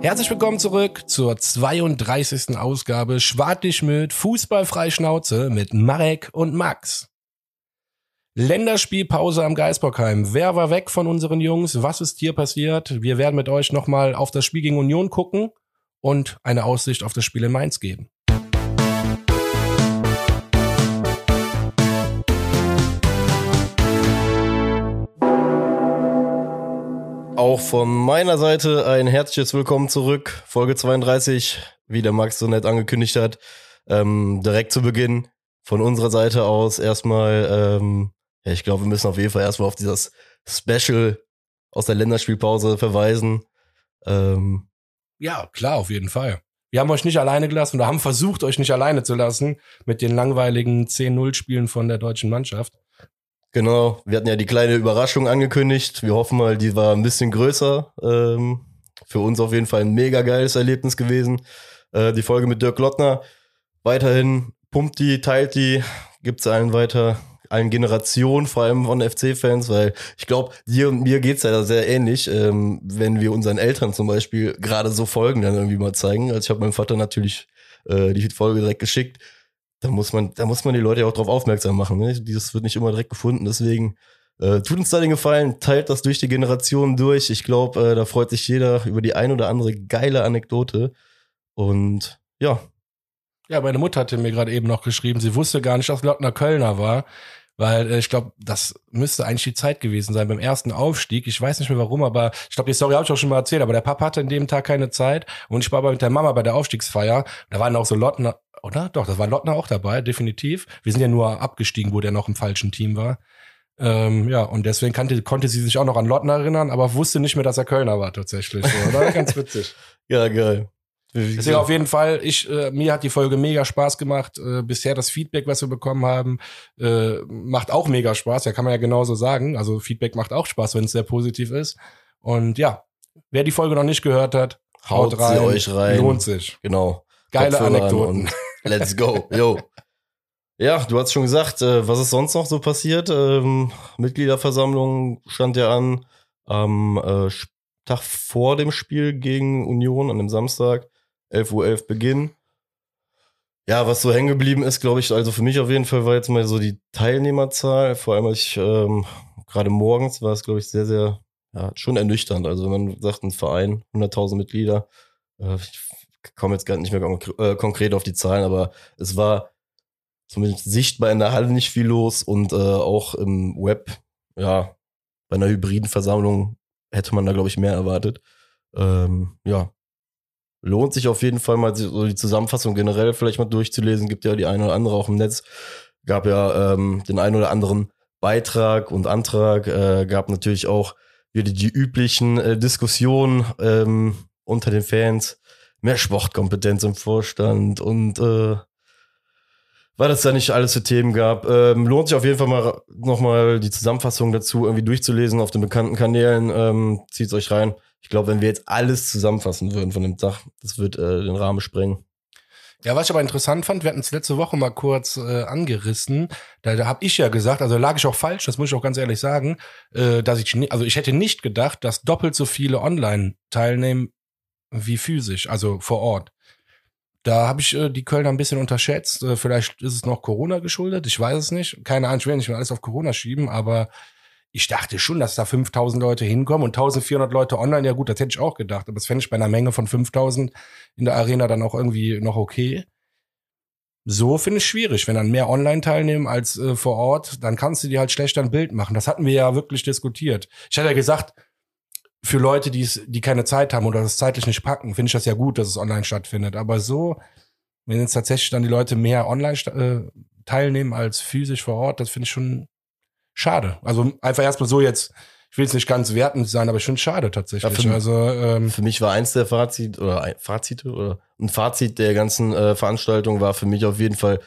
Herzlich willkommen zurück zur 32. Ausgabe Schwartig mit Fußballfrei Schnauze mit Marek und Max. Länderspielpause am Geisbockheim. Wer war weg von unseren Jungs? Was ist hier passiert? Wir werden mit euch nochmal auf das Spiel gegen Union gucken und eine Aussicht auf das Spiel in Mainz geben. Auch von meiner Seite ein herzliches Willkommen zurück. Folge 32, wie der Max so nett angekündigt hat. Direkt zu Beginn von unserer Seite aus erstmal, ich glaube, wir müssen auf jeden Fall erstmal auf dieses Special aus der Länderspielpause verweisen. Ja, klar, auf jeden Fall. Wir haben euch nicht alleine gelassen oder haben versucht, euch nicht alleine zu lassen mit den langweiligen 10-0-Spielen von der deutschen Mannschaft. Genau, wir hatten ja die kleine Überraschung angekündigt. Wir hoffen mal, die war ein bisschen größer. Für uns auf jeden Fall ein mega geiles Erlebnis gewesen. Die Folge mit Dirk Lottner. Weiterhin pumpt die, teilt die, gibt's allen weiter, allen Generationen, vor allem von FC-Fans, weil ich glaube, dir und mir geht's ja sehr ähnlich, wenn wir unseren Eltern zum Beispiel gerade so Folgen dann irgendwie mal zeigen. Also ich habe meinem Vater natürlich die Folge direkt geschickt. Da muss man die Leute ja auch drauf aufmerksam machen. Ne? Das wird nicht immer direkt gefunden. Deswegen tut uns da den Gefallen, teilt das durch die Generationen durch. Ich glaube, da freut sich jeder über die ein oder andere geile Anekdote. Und ja. Ja, meine Mutter hatte mir gerade eben noch geschrieben, sie wusste gar nicht, dass Lottner Kölner war. Weil ich glaube, das müsste eigentlich die Zeit gewesen sein beim ersten Aufstieg. Ich weiß nicht mehr warum, aber ich glaube, die Story habe ich auch schon mal erzählt. Aber der Papa hatte an dem Tag keine Zeit und ich war aber mit der Mama bei der Aufstiegsfeier. Da waren auch so Lottner, oder? Doch, das war Lottner auch dabei, definitiv. Wir sind ja nur abgestiegen, wo der noch im falschen Team war. Ja, und deswegen konnte sie sich auch noch an Lottner erinnern, aber wusste nicht mehr, dass er Kölner war tatsächlich. So, oder? Ganz witzig. Ja, geil. Deswegen auf jeden Fall, mir hat die Folge mega Spaß gemacht. Bisher das Feedback, was wir bekommen haben, macht auch mega Spaß. Ja, kann man ja genauso sagen. Also Feedback macht auch Spaß, wenn es sehr positiv ist. Und ja, wer die Folge noch nicht gehört hat, haut rein. Sie euch rein. Lohnt sich. Genau. Geile Anekdoten. Let's go. Yo. Ja, du hast schon gesagt, was ist sonst noch so passiert? Mitgliederversammlung stand ja an am Tag vor dem Spiel gegen Union, an dem Samstag. 11:11 Uhr Beginn. Ja, was so hängen geblieben ist, glaube ich, also für mich auf jeden Fall war jetzt mal so die Teilnehmerzahl. Vor allem, gerade morgens war es, glaube ich, sehr, sehr, ja, schon ernüchternd. Also wenn man sagt, ein Verein, 100.000 Mitglieder, ich komme jetzt gar nicht mehr konkret auf die Zahlen, aber es war zumindest sichtbar in der Halle nicht viel los und auch im Web, ja, bei einer hybriden Versammlung hätte man da, glaube ich, mehr erwartet. Ja. Lohnt sich auf jeden Fall mal so die Zusammenfassung generell vielleicht mal durchzulesen. Gibt ja die eine oder andere auch im Netz. Gab ja den einen oder anderen Beitrag und Antrag. Gab natürlich auch wieder die üblichen Diskussionen unter den Fans. Mehr Sportkompetenz im Vorstand und weil es da nicht alles für Themen gab. Lohnt sich auf jeden Fall mal nochmal die Zusammenfassung dazu irgendwie durchzulesen auf den bekannten Kanälen. Zieht's euch rein. Ich glaube, wenn wir jetzt alles zusammenfassen würden von dem Tag, das wird den Rahmen sprengen. Ja, was ich aber interessant fand, wir hatten es letzte Woche mal kurz angerissen. Da habe ich ja gesagt, also lag ich auch falsch, das muss ich auch ganz ehrlich sagen, dass ich hätte nicht gedacht, dass doppelt so viele online teilnehmen wie physisch, also vor Ort. Da habe ich die Kölner ein bisschen unterschätzt. Vielleicht ist es noch Corona geschuldet, ich weiß es nicht. Keine Ahnung, ich will nicht mehr alles auf Corona schieben, aber ich dachte schon, dass da 5.000 Leute hinkommen und 1.400 Leute online. Ja gut, das hätte ich auch gedacht. Aber das fände ich bei einer Menge von 5.000 in der Arena dann auch irgendwie noch okay. So finde ich schwierig. Wenn dann mehr online teilnehmen als vor Ort, dann kannst du dir halt schlechter ein Bild machen. Das hatten wir ja wirklich diskutiert. Ich hatte ja gesagt, für Leute, die keine Zeit haben oder das zeitlich nicht packen, finde ich das ja gut, dass es online stattfindet. Aber so, wenn jetzt tatsächlich dann die Leute mehr online teilnehmen als physisch vor Ort, das finde ich schon schade. Also einfach erstmal so jetzt, ich will jetzt nicht ganz wertend sein, aber ich finde es schade tatsächlich. Ja, für mich war eins der Fazite oder ein Fazit der ganzen Veranstaltung war für mich auf jeden Fall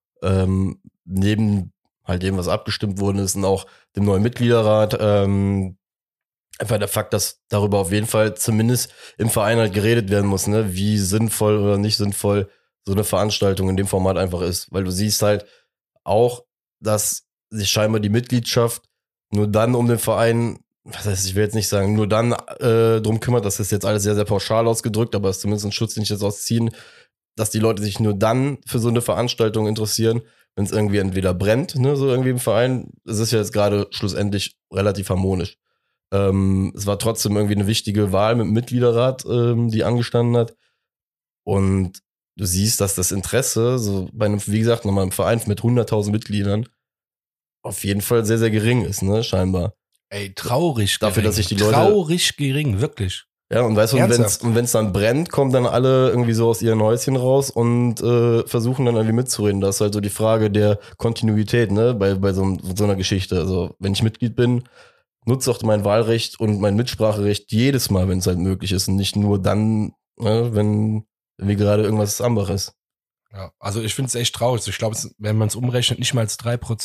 neben halt dem, was abgestimmt worden ist und auch dem neuen Mitgliederrat, einfach der Fakt, dass darüber auf jeden Fall zumindest im Verein halt geredet werden muss, ne, wie sinnvoll oder nicht sinnvoll so eine Veranstaltung in dem Format einfach ist. Weil du siehst halt auch, dass sich scheinbar die Mitgliedschaft nur dann um den Verein was heißt, ich will jetzt nicht sagen, nur dann drum kümmert, das ist jetzt alles sehr, sehr pauschal ausgedrückt, aber es ist zumindest ein Schutz, den ich jetzt ausziehen, dass die Leute sich nur dann für so eine Veranstaltung interessieren, wenn es irgendwie entweder brennt, ne, so irgendwie im Verein. Es ist ja jetzt gerade schlussendlich relativ harmonisch. Es war trotzdem irgendwie eine wichtige Wahl mit dem Mitgliederrat, die angestanden hat. Und du siehst, dass das Interesse, so bei einem, wie gesagt, nochmal einem Verein mit 100.000 Mitgliedern auf jeden Fall sehr, sehr gering ist, ne, scheinbar. Ey, traurig Dafür, gering. dass sich die Leute. Traurig gering, wirklich. Ja, und weißt du, und wenn's dann brennt, kommen dann alle irgendwie so aus ihren Häuschen raus und versuchen dann irgendwie mitzureden. Das ist halt so die Frage der Kontinuität, ne, bei so einer Geschichte. Also, wenn ich Mitglied bin, nutze auch mein Wahlrecht und mein Mitspracherecht jedes Mal, wenn es halt möglich ist und nicht nur dann, ne, wenn wie gerade irgendwas anderes. Ja, also ich finde es echt traurig. Ich glaube, wenn man es umrechnet, nicht mal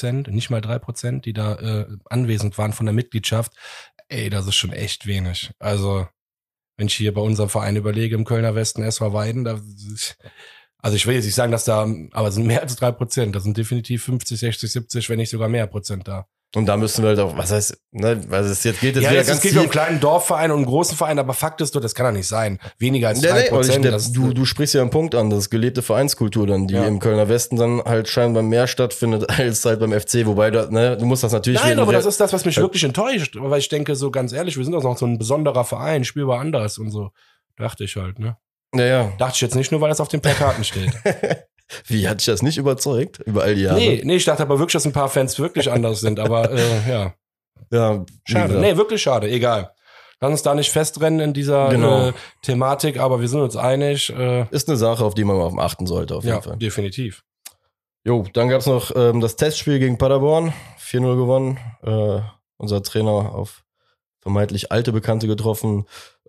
3%, die da anwesend waren von der Mitgliedschaft, ey, das ist schon echt wenig. Also, wenn ich hier bei unserem Verein überlege, im Kölner Westen, SV Weiden, also ich will jetzt nicht sagen, dass da, aber es sind mehr als 3%. Das sind definitiv 50, 60, 70, wenn nicht sogar mehr Prozent da. Und da müssen wir halt auch, was heißt, ne, weil es jetzt geht, ja, wieder es geht um einen kleinen Dorfverein und einen großen Verein, aber Fakt ist, das kann doch nicht sein. Weniger als 3%. Du sprichst ja einen Punkt an, das ist gelebte Vereinskultur dann, die im Kölner Westen dann halt scheinbar mehr stattfindet als halt beim FC, wobei du musst das natürlich. Nein, aber das ist das, was mich wirklich enttäuscht, weil ich denke, so ganz ehrlich, wir sind doch noch so ein besonderer Verein, spielbar anders und so. Dachte ich halt, ne? Ja. Dachte ich jetzt nicht nur, weil das auf den Plakaten steht. Wie, hat dich das nicht überzeugt über all die Jahre? Nee, ich dachte aber wirklich, dass ein paar Fans wirklich anders sind, aber ja. Ja, schade. Nee, wirklich schade, egal. Lass uns da nicht festrennen in dieser Thematik, aber wir sind uns einig. Ist eine Sache, auf die man mal achten sollte, auf jeden Fall. Ja, definitiv. Jo, dann gab's noch das Testspiel gegen Paderborn, 4-0 gewonnen. Unser Trainer auf vermeintlich alte Bekannte getroffen.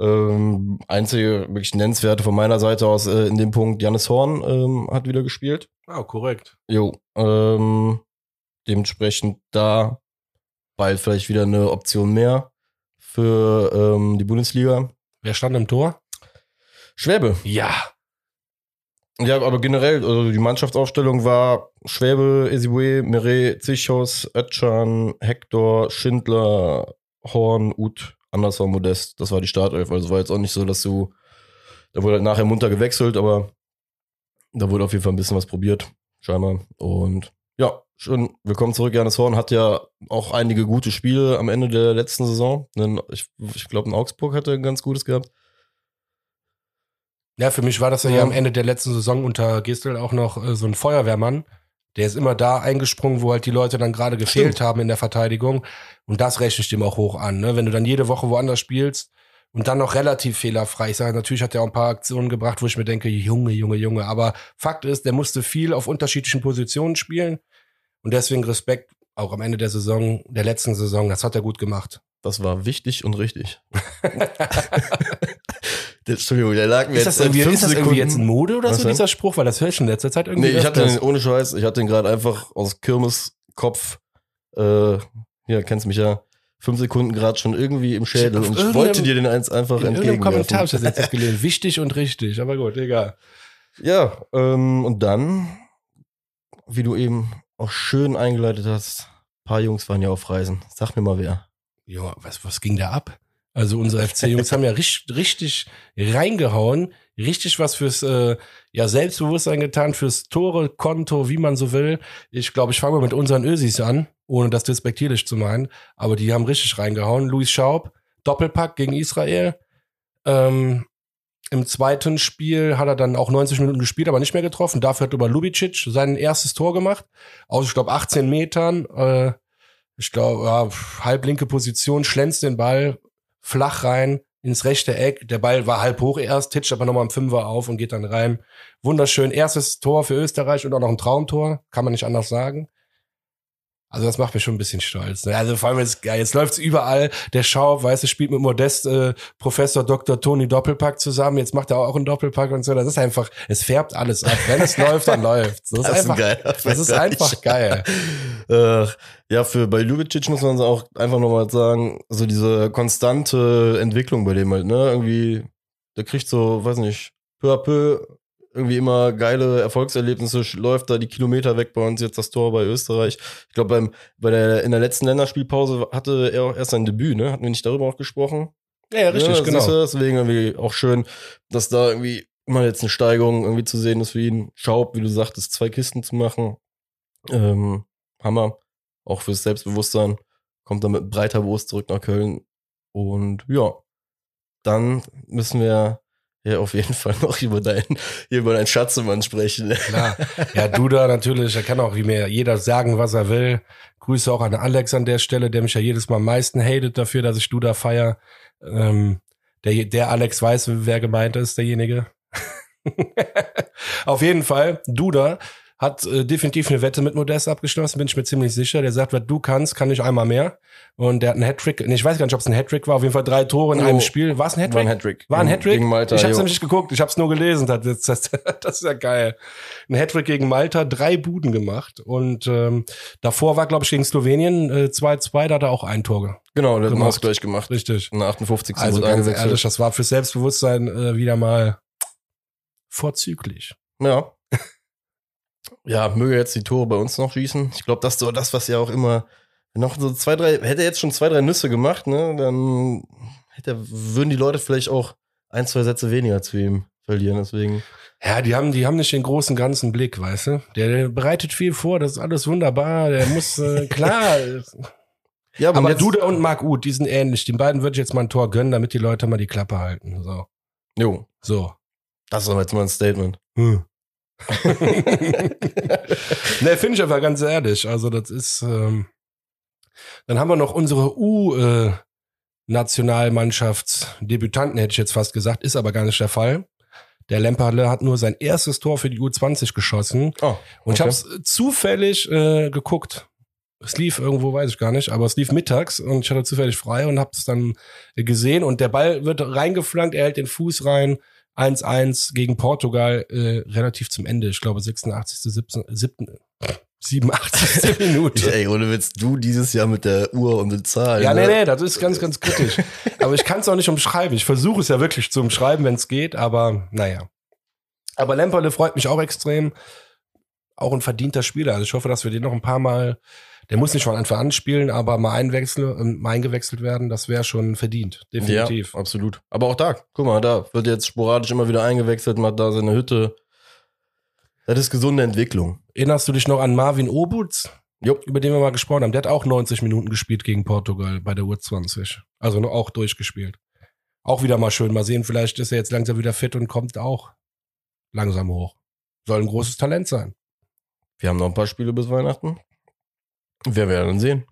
Einzige wirklich nennenswerte von meiner Seite aus in dem Punkt, Jannis Horn hat wieder gespielt. Ah, korrekt. Jo, dementsprechend da bald vielleicht wieder eine Option mehr für die Bundesliga. Wer stand im Tor? Schwäbe. Ja. Ja, aber generell, also die Mannschaftsaufstellung war Schwäbe, Ezibue, Meret, Zichos, Özcan, Hector, Schindler, Horn, Uth, Andersson, Modest. Das war die Startelf. Also war jetzt auch nicht so, dass da wurde halt nachher munter gewechselt, aber da wurde auf jeden Fall ein bisschen was probiert, scheinbar. Und ja, schön, willkommen zurück. Jannis Horn hat ja auch einige gute Spiele am Ende der letzten Saison. Ich glaube, in Augsburg hat er ein ganz gutes gehabt. Ja, für mich war das ja am Ende der letzten Saison unter Gistel auch noch so ein Feuerwehrmann. Der ist immer da eingesprungen, wo halt die Leute dann gerade gefehlt haben in der Verteidigung. Und das rechne ich dem auch hoch an. Ne? Wenn du dann jede Woche woanders spielst und dann noch relativ fehlerfrei. Ich sage, natürlich hat er auch ein paar Aktionen gebracht, wo ich mir denke, Junge. Aber Fakt ist, der musste viel auf unterschiedlichen Positionen spielen. Und deswegen Respekt auch am Ende der Saison, der letzten Saison. Das hat er gut gemacht. Das war wichtig und richtig. Entschuldigung, der lag mir ist jetzt das irgendwie jetzt ein Mode oder so, dieser Spruch? Weil das höre ich in letzter Zeit irgendwie. Nee, ich hatte den, ohne Scheiß, ich hatte den gerade einfach aus Kirmeskopf, kennst mich ja, 5 Sekunden gerade schon irgendwie im Schädel und ich wollte dir den eins einfach entgegenwerfen. In Kommentar habe ich das jetzt gelesen. Wichtig und richtig, aber gut, egal. Ja, und dann, wie du eben auch schön eingeleitet hast, ein paar Jungs waren ja auf Reisen. Sag mir mal wer. Ja, was ging da ab? Also unsere FC-Jungs haben ja richtig reingehauen, richtig was fürs Selbstbewusstsein getan, fürs Tore-Konto, wie man so will. Ich glaube, ich fange mal mit unseren Ösis an, ohne das despektierlich zu meinen, aber die haben richtig reingehauen. Luis Schaub, Doppelpack gegen Israel. Im zweiten Spiel hat er dann auch 90 Minuten gespielt, aber nicht mehr getroffen. Dafür hat über Lubicic sein erstes Tor gemacht, aus, ich glaube, 18 Metern. Ich glaube, halblinke Position, schlänzt den Ball flach rein ins rechte Eck. Der Ball war halb hoch erst, titscht aber nochmal im Fünfer auf und geht dann rein. Wunderschön. Erstes Tor für Österreich und auch noch ein Traumtor. Kann man nicht anders sagen. Also das macht mich schon ein bisschen stolz. Also vor allem jetzt läuft's überall. Der Schaub, weißt du, spielt mit Modest Professor Dr. Toni Doppelpack zusammen. Jetzt macht er auch einen Doppelpack und so. Das ist einfach, es färbt alles ab. Wenn es läuft, dann läuft's. Das ist einfach geil. Ja, bei Ljubicic muss man auch einfach nochmal sagen, so diese konstante Entwicklung bei dem halt, ne? Irgendwie, der kriegt so, weiß nicht, peu à peu irgendwie immer geile Erfolgserlebnisse, läuft da die Kilometer weg bei uns, jetzt das Tor bei Österreich. Ich glaube, in der letzten Länderspielpause hatte er auch erst sein Debüt, ne? Hatten wir nicht darüber auch gesprochen? Ja, richtig, genau. Deswegen irgendwie auch schön, dass da irgendwie immer jetzt eine Steigerung irgendwie zu sehen ist für ihn. Schaub, wie du sagtest, 2 Kisten zu machen. Hammer. Auch fürs Selbstbewusstsein. Kommt dann mit breiter Brust zurück nach Köln. Und ja, dann müssen wir ja auf jeden Fall noch über deinen Schatzemann sprechen. Klar. Ja, Duda natürlich, er kann auch wie mir jeder sagen, was er will. Grüße auch an Alex an der Stelle, der mich ja jedes Mal am meisten hatet dafür, dass ich Duda feier. Der Alex weiß, wer gemeint ist, derjenige. Auf jeden Fall, Duda hat definitiv eine Wette mit Modest abgeschlossen, bin ich mir ziemlich sicher. Der sagt, was du kannst, kann ich einmal mehr. Und der hat einen Hattrick, ich weiß gar nicht, ob es ein Hattrick war, auf jeden Fall 3 Tore in einem Spiel. War es ein Hattrick? War ein Hattrick? Gegen Malta, ich hab's nämlich nicht geguckt, ich hab's nur gelesen. Das ist ja geil. Ein Hattrick gegen Malta, 3 Buden gemacht. Und davor war, glaube ich, gegen Slowenien 2-2, da hat er auch ein Tor Genau, der hat einen Ausgleich gemacht. Richtig. In der 58. Also ganz ehrlich, das war fürs Selbstbewusstsein wieder mal vorzüglich. Ja. Ja, möge jetzt die Tore bei uns noch schießen. Ich glaube, das ist so das, was ja auch immer noch so 2, 3, hätte er jetzt schon 2, 3 Nüsse gemacht, ne, dann würden die Leute vielleicht auch 1, 2 Sätze weniger zu ihm verlieren, deswegen. Ja, die haben nicht den großen ganzen Blick, weißt du? Der bereitet viel vor, das ist alles wunderbar, der muss, klar. Ja, aber Duda und Marc Uth, die sind ähnlich. Den beiden würde ich jetzt mal ein Tor gönnen, damit die Leute mal die Klappe halten, so. Jo. So. Das ist aber jetzt mal ein Statement. Ne, finde ich aber ganz ehrlich. Also das ist, dann haben wir noch unsere Nationalmannschaftsdebütanten, hätte ich jetzt fast gesagt, ist aber gar nicht der Fall. Der Lemperle hat nur sein erstes Tor für die U20 geschossen. Oh, okay. Und ich habe es zufällig geguckt. Es lief irgendwo, weiß ich gar nicht, aber es lief mittags und ich hatte zufällig frei und habe es dann gesehen. Und der Ball wird reingeflankt, er hält den Fuß rein. 1-1 gegen Portugal, relativ zum Ende. Ich glaube 86. 87. Minute. Ey, ohne Witz, du dieses Jahr mit der Uhr und den Zahlen. Ja, nee, das ist ganz, ganz kritisch. Aber ich kann es auch nicht umschreiben. Ich versuche es ja wirklich zu umschreiben, wenn es geht, aber naja. Aber Lemperle freut mich auch extrem. Auch ein verdienter Spieler. Also ich hoffe, dass wir den noch ein paar Mal, der muss nicht von Anfang an spielen, aber mal eingewechselt werden, das wäre schon verdient. Definitiv. Ja, absolut. Aber auch da, guck mal, da wird jetzt sporadisch immer wieder eingewechselt, macht da seine Hütte. Das ist gesunde Entwicklung. Erinnerst du dich noch an Marvin Obutz? Jupp. Über den wir mal gesprochen haben. Der hat auch 90 Minuten gespielt gegen Portugal bei der U20. Also auch durchgespielt. Auch wieder mal schön. Mal sehen, vielleicht ist er jetzt langsam wieder fit und kommt auch langsam hoch. Soll ein großes Talent sein. Wir haben noch ein paar Spiele bis Weihnachten. Wer werden dann sehen.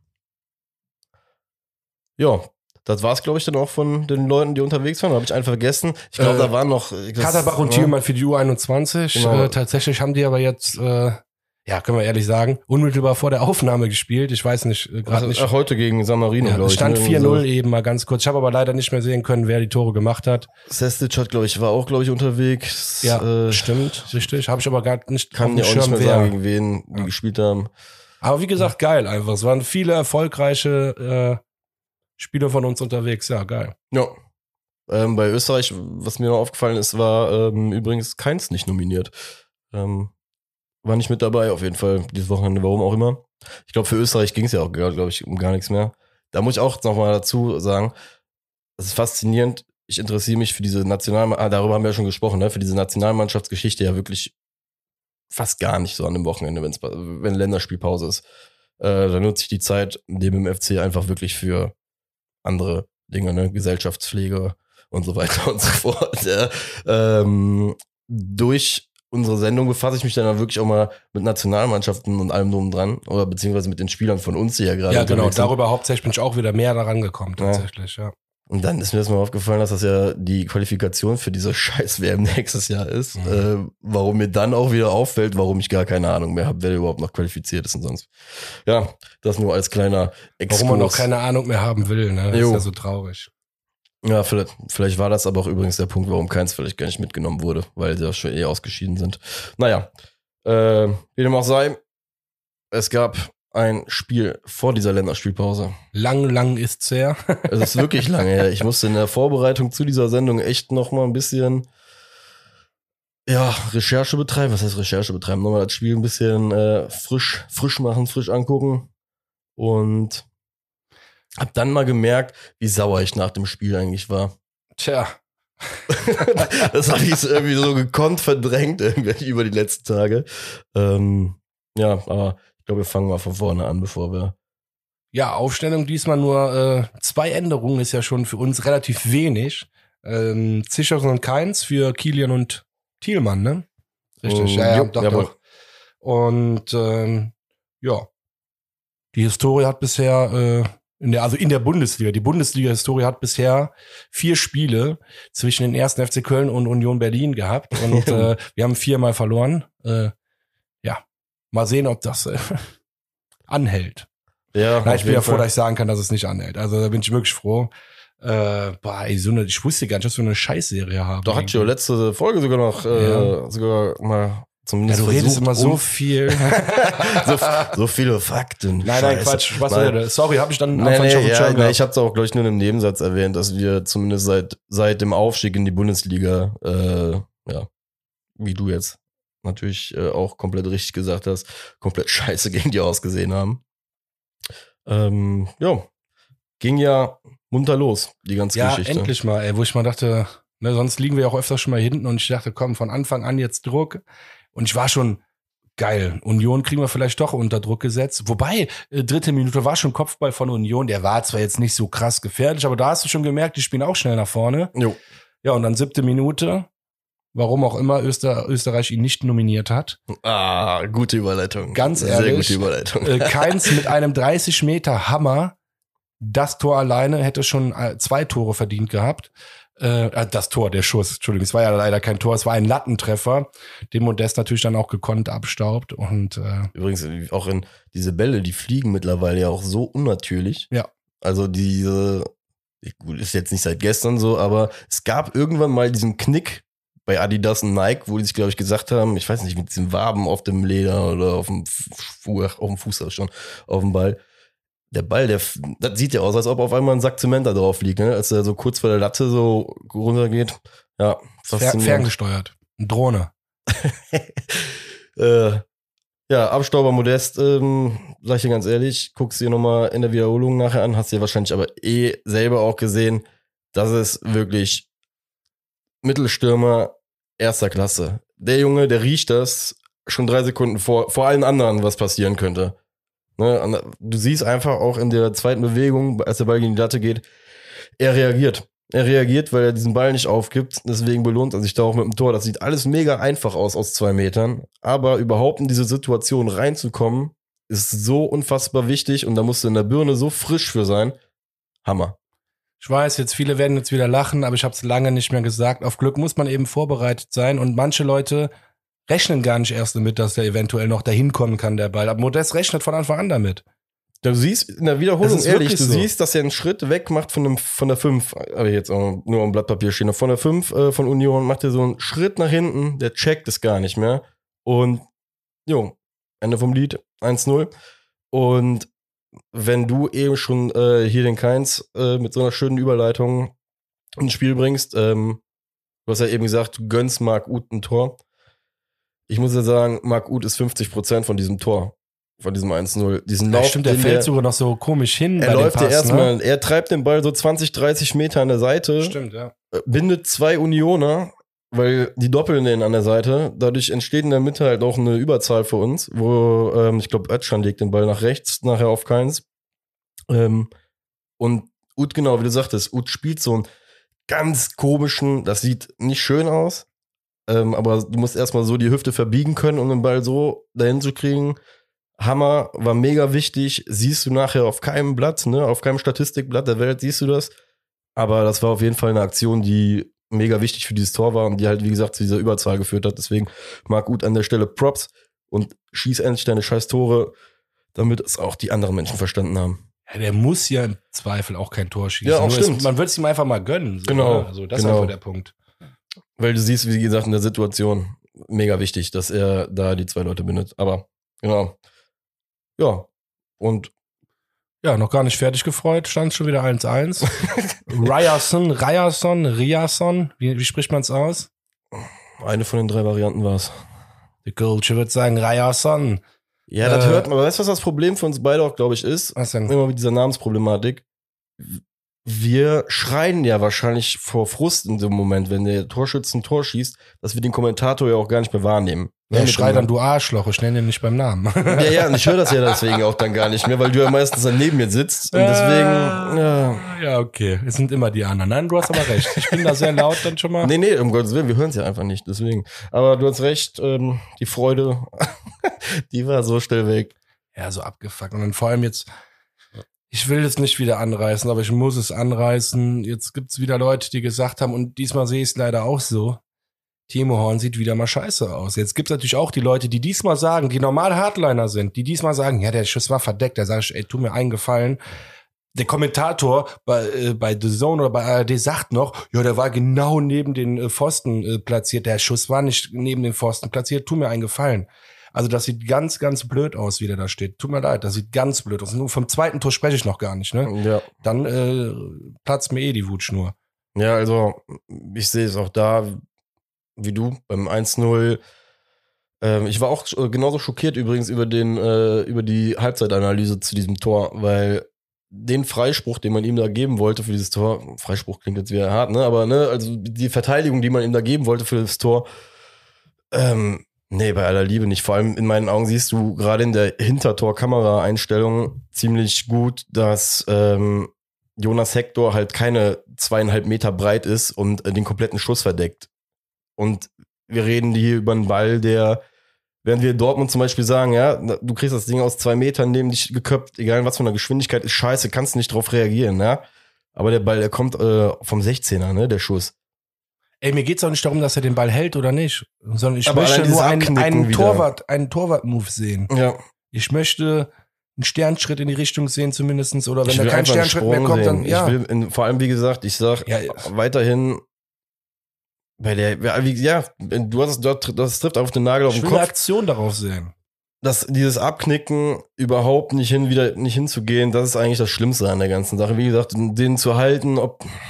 Ja, das war's, glaube ich, dann auch von den Leuten, die unterwegs waren. Habe ich einfach vergessen. Ich glaube, da waren noch Katterbach und Thielmann für die U21. Genau. Tatsächlich haben die aber jetzt, können wir ehrlich sagen, unmittelbar vor der Aufnahme gespielt. Ich weiß nicht, gerade nicht. Ach, heute gegen San Marino, glaube ich. Stand 4-0 eben mal ganz kurz. Ich habe aber leider nicht mehr sehen können, wer die Tore gemacht hat. Sestic war auch, glaube ich, unterwegs. Ja, stimmt, richtig. Habe ich aber gar nicht kann dir auch nicht mehr sagen, gegen wen die gespielt haben. Aber wie gesagt, geil einfach. Es waren viele erfolgreiche Spieler von uns unterwegs. Ja, geil. Ja. Bei Österreich, was mir noch aufgefallen ist, war übrigens Keins nicht nominiert. War nicht mit dabei, auf jeden Fall, dieses Wochenende, warum auch immer. Ich glaube, für Österreich ging es ja auch, glaube ich, um gar nichts mehr. Da muss ich auch nochmal dazu sagen, das ist faszinierend. Ich interessiere mich für diese darüber haben wir ja schon gesprochen, ne? Für diese Nationalmannschaftsgeschichte ja wirklich fast gar nicht so an dem Wochenende, wenn Länderspielpause ist. Da nutze ich die Zeit neben dem FC einfach wirklich für andere Dinge, ne? Gesellschaftspflege und so weiter und so fort. Ja. Durch unsere Sendung befasse ich mich dann wirklich auch mal mit Nationalmannschaften und allem drum dran oder beziehungsweise mit den Spielern von uns, die ja gerade. Ja, genau, darüber hauptsächlich bin ich auch wieder mehr daran gekommen, tatsächlich, ja. Und dann ist mir das mal aufgefallen, dass das ja die Qualifikation für diese Scheiß-WM nächstes Jahr ist. Warum mir dann auch wieder auffällt, warum ich gar keine Ahnung mehr habe, wer überhaupt noch qualifiziert ist und sonst. Ja, das nur als kleiner Exkurs. Warum man noch keine Ahnung mehr haben will, ne? Das ist ja so traurig. Ja, vielleicht war das aber auch übrigens der Punkt, warum keins vielleicht gar nicht mitgenommen wurde, weil sie auch schon ausgeschieden sind. Naja, wie dem auch sei, es gab ein Spiel vor dieser Länderspielpause. Lang ist's her. Es ist wirklich lange her. Ich musste in der Vorbereitung zu dieser Sendung echt noch mal ein bisschen Ja, Recherche betreiben. Was heißt Recherche betreiben? Nochmal das Spiel ein bisschen frisch machen, frisch angucken. Und hab dann mal gemerkt, wie sauer ich nach dem Spiel eigentlich war. Tja. Das habe ich irgendwie so gekonnt verdrängt irgendwie über die letzten Tage. Ja, aber ich glaube, wir fangen mal von vorne an, bevor wir... Ja, Aufstellung diesmal nur 2 Änderungen ist ja schon für uns relativ wenig. Zichos und Keins für Kilian und Thielmann, ne? Richtig, ja, doch. Und ja, die Historie hat bisher in der Bundesliga, die Bundesliga-Historie hat bisher 4 Spiele zwischen den 1. FC Köln und Union Berlin gehabt und wir haben 4-mal verloren. Ja, mal sehen, ob das anhält. Ja, ich bin ja froh, dass ich sagen kann, dass es nicht anhält. Also da bin ich wirklich froh. Ich wusste gar nicht, dass wir eine Scheißserie haben. Doch, hat ja letzte Folge sogar noch sogar mal zumindest du redest immer so viel. so viele Fakten. Nein, Quatsch. Sorry, habe ich dann ich habe es auch, glaube ich, nur in einem Nebensatz erwähnt, dass wir zumindest seit dem Aufstieg in die Bundesliga, wie du jetzt natürlich auch komplett richtig gesagt hast, komplett scheiße gegen die ausgesehen haben. Ging ja munter los, die ganze Geschichte. Ja, endlich mal, wo ich mal dachte, ne, sonst liegen wir ja auch öfter schon mal hinten und ich dachte, komm, von Anfang an jetzt Druck. Und ich war schon geil. Union kriegen wir vielleicht doch unter Druck gesetzt. Wobei, 3. Minute war schon Kopfball von Union. Der war zwar jetzt nicht so krass gefährlich, aber da hast du schon gemerkt, die spielen auch schnell nach vorne. Jo. Ja, und dann 7. Minute, warum auch immer Österreich ihn nicht nominiert hat. Gute Überleitung. Ganz ehrlich. Sehr gute Überleitung. Keins mit einem 30 Meter Hammer. Das Tor alleine hätte schon 2 Tore verdient gehabt. Der Schuss, Entschuldigung, es war ja leider kein Tor, es war ein Lattentreffer, den Modest natürlich dann auch gekonnt abstaubt. Und übrigens auch in diese Bälle, die fliegen mittlerweile ja auch so unnatürlich. Ja. Also gut, ist jetzt nicht seit gestern so, aber es gab irgendwann mal diesen Knick bei Adidas und Nike, wo die sich, glaube ich, gesagt haben, ich weiß nicht, mit diesen Waben auf dem Leder oder auf dem Fuß schon, auf dem Ball. Der Ball, das sieht ja aus, als ob auf einmal ein Sack Zement da drauf liegt, ne? Als er so kurz vor der Latte so runtergeht. Ja, ferngesteuert. Eine Drohne. Abstauber Modest, sag ich dir ganz ehrlich, guckst dir nochmal in der Wiederholung nachher an, hast dir wahrscheinlich aber selber auch gesehen, das ist wirklich Mittelstürmer erster Klasse. Der Junge, der riecht das schon 3 Sekunden vor allen anderen, was passieren könnte. Ne, du siehst einfach auch in der zweiten Bewegung, als der Ball gegen die Latte geht, er reagiert. Er reagiert, weil er diesen Ball nicht aufgibt. Deswegen belohnt er sich da auch mit dem Tor. Das sieht alles mega einfach aus 2 Metern. Aber überhaupt in diese Situation reinzukommen, ist so unfassbar wichtig. Und da musst du in der Birne so frisch für sein. Hammer. Ich weiß, viele werden jetzt wieder lachen, aber ich habe es lange nicht mehr gesagt. Auf Glück muss man eben vorbereitet sein. Und manche Leute rechnen gar nicht erst damit, dass der eventuell noch dahin kommen kann, der Ball. Aber Modest rechnet von Anfang an damit. Du siehst in der Wiederholung, ehrlich, siehst, dass er einen Schritt weg macht von der 5, habe ich jetzt auch nur am Blatt Papier stehen, von der 5 von Union, macht er so einen Schritt nach hinten, der checkt es gar nicht mehr. Und, Ende vom Lied, 1-0. Und wenn du eben schon hier den Keins mit so einer schönen Überleitung ins Spiel bringst, du hast ja eben gesagt, du gönnst Marc Uth ein Tor. Ich muss ja sagen, Marc Uth ist 50% von diesem Tor, von diesem 1-0. Diesen Lauf, stimmt, der fällt sogar noch so komisch hin. Er läuft ja erstmal, er treibt den Ball so 20, 30 Meter an der Seite. Stimmt, ja. Bindet 2 Unioner, weil die doppeln den an der Seite. Dadurch entsteht in der Mitte halt auch eine Überzahl für uns, wo, ich glaube, Özcan legt den Ball nach rechts, nachher auf Keins. Und Uth, genau, wie du sagtest, Uth spielt so einen ganz komischen, das sieht nicht schön aus. Aber du musst erstmal so die Hüfte verbiegen können, um den Ball so dahin zu kriegen. Hammer, war mega wichtig. Siehst du nachher auf keinem Blatt, ne, auf keinem Statistikblatt der Welt siehst du das. Aber das war auf jeden Fall eine Aktion, die mega wichtig für dieses Tor war und die halt, wie gesagt, zu dieser Überzahl geführt hat. Deswegen Marc Uth an der Stelle Props und schieß endlich deine scheiß Tore, damit es auch die anderen Menschen verstanden haben. Ja, der muss ja im Zweifel auch kein Tor schießen. Ja, auch stimmt. Man wird es ihm einfach mal gönnen. So, genau. Ne? Also das ist einfach der Punkt. Weil du siehst, wie gesagt, in der Situation mega wichtig, dass er da die 2 Leute bindet. Aber, genau. Ja. Und ja, noch gar nicht fertig gefreut, stand schon wieder 1-1. Ryerson, wie spricht man es aus? Eine von den 3 Varianten war's. Die Gulche wird sagen, Ryerson. Ja, das hört man. Aber weißt du, was das Problem für uns beide auch, glaube ich, ist? Was denn? Immer mit dieser Namensproblematik. Wir schreien ja wahrscheinlich vor Frust in dem Moment, wenn der Torschütze ein Tor schießt, dass wir den Kommentator ja auch gar nicht mehr wahrnehmen. Ja, ich schrei dann, du Arschloch, ich nenne ihn nicht beim Namen. Ja, und ich höre das ja deswegen auch dann gar nicht mehr, weil du ja meistens dann neben mir sitzt und deswegen, ja. Ja, okay, es sind immer die anderen. Nein, du hast aber recht. Ich bin da sehr laut dann schon mal. Nee, um Gottes Willen, wir hören es ja einfach nicht, deswegen. Aber du hast recht, die Freude, die war so schnell weg. Ja, so abgefuckt. Und dann vor allem jetzt, ich will jetzt nicht wieder anreißen, aber ich muss es anreißen. Jetzt gibt's wieder Leute, die gesagt haben, und diesmal sehe ich es leider auch so, Timo Horn sieht wieder mal scheiße aus. Jetzt gibt's natürlich auch die Leute, die diesmal sagen, die normal Hardliner sind, die diesmal sagen, ja, der Schuss war verdeckt. Da sag ich, ey, tu mir einen Gefallen. Der Kommentator bei The Zone oder bei ARD sagt noch, ja, der war genau neben den Pfosten platziert. Der Schuss war nicht neben den Pfosten platziert. Tu mir einen Gefallen. Also das sieht ganz, ganz blöd aus, wie der da steht. Tut mir leid, das sieht ganz blöd aus. Nur vom zweiten Tor spreche ich noch gar nicht, ne? Ja. Dann platzt mir die Wutschnur. Ja, also ich sehe es auch da, wie du, beim 1-0. Ich war auch genauso schockiert übrigens über die Halbzeitanalyse zu diesem Tor, weil den Freispruch, den man ihm da geben wollte für dieses Tor, Freispruch klingt jetzt wieder hart, ne? Aber also die Verteidigung, die man ihm da geben wollte für das Tor, nee, bei aller Liebe nicht. Vor allem in meinen Augen siehst du gerade in der Hintertor-Kamera-Einstellung ziemlich gut, dass Jonas Hector halt keine 2,5 Meter breit ist und den kompletten Schuss verdeckt. Und wir reden hier über einen Ball, der, während wir in Dortmund zum Beispiel sagen, ja, du kriegst das Ding aus 2 Metern neben dich geköpft, egal was für eine Geschwindigkeit, ist scheiße, kannst nicht drauf reagieren, ja. Aber der Ball, der kommt vom 16er, ne, der Schuss. Ey, mir geht's auch nicht darum, dass er den Ball hält oder nicht, sondern ich Aber möchte nur einen wieder. Torwart-Move sehen. Ja. Ich möchte einen Sternschritt in die Richtung sehen zumindestens, oder wenn Ich da will kein einfach einen Sternschritt mehr Sprung kommt, dann sehen. ja. Ich will, vor allem, wie gesagt, ich sag Ja. weiterhin, bei der, ja, das trifft auf den Nagel auf Ich den will eine Kopf. Aktion darauf sehen. Dass dieses Abknicken überhaupt nicht hinzugehen, das ist eigentlich das Schlimmste an der ganzen Sache. Wie gesagt, den zu halten,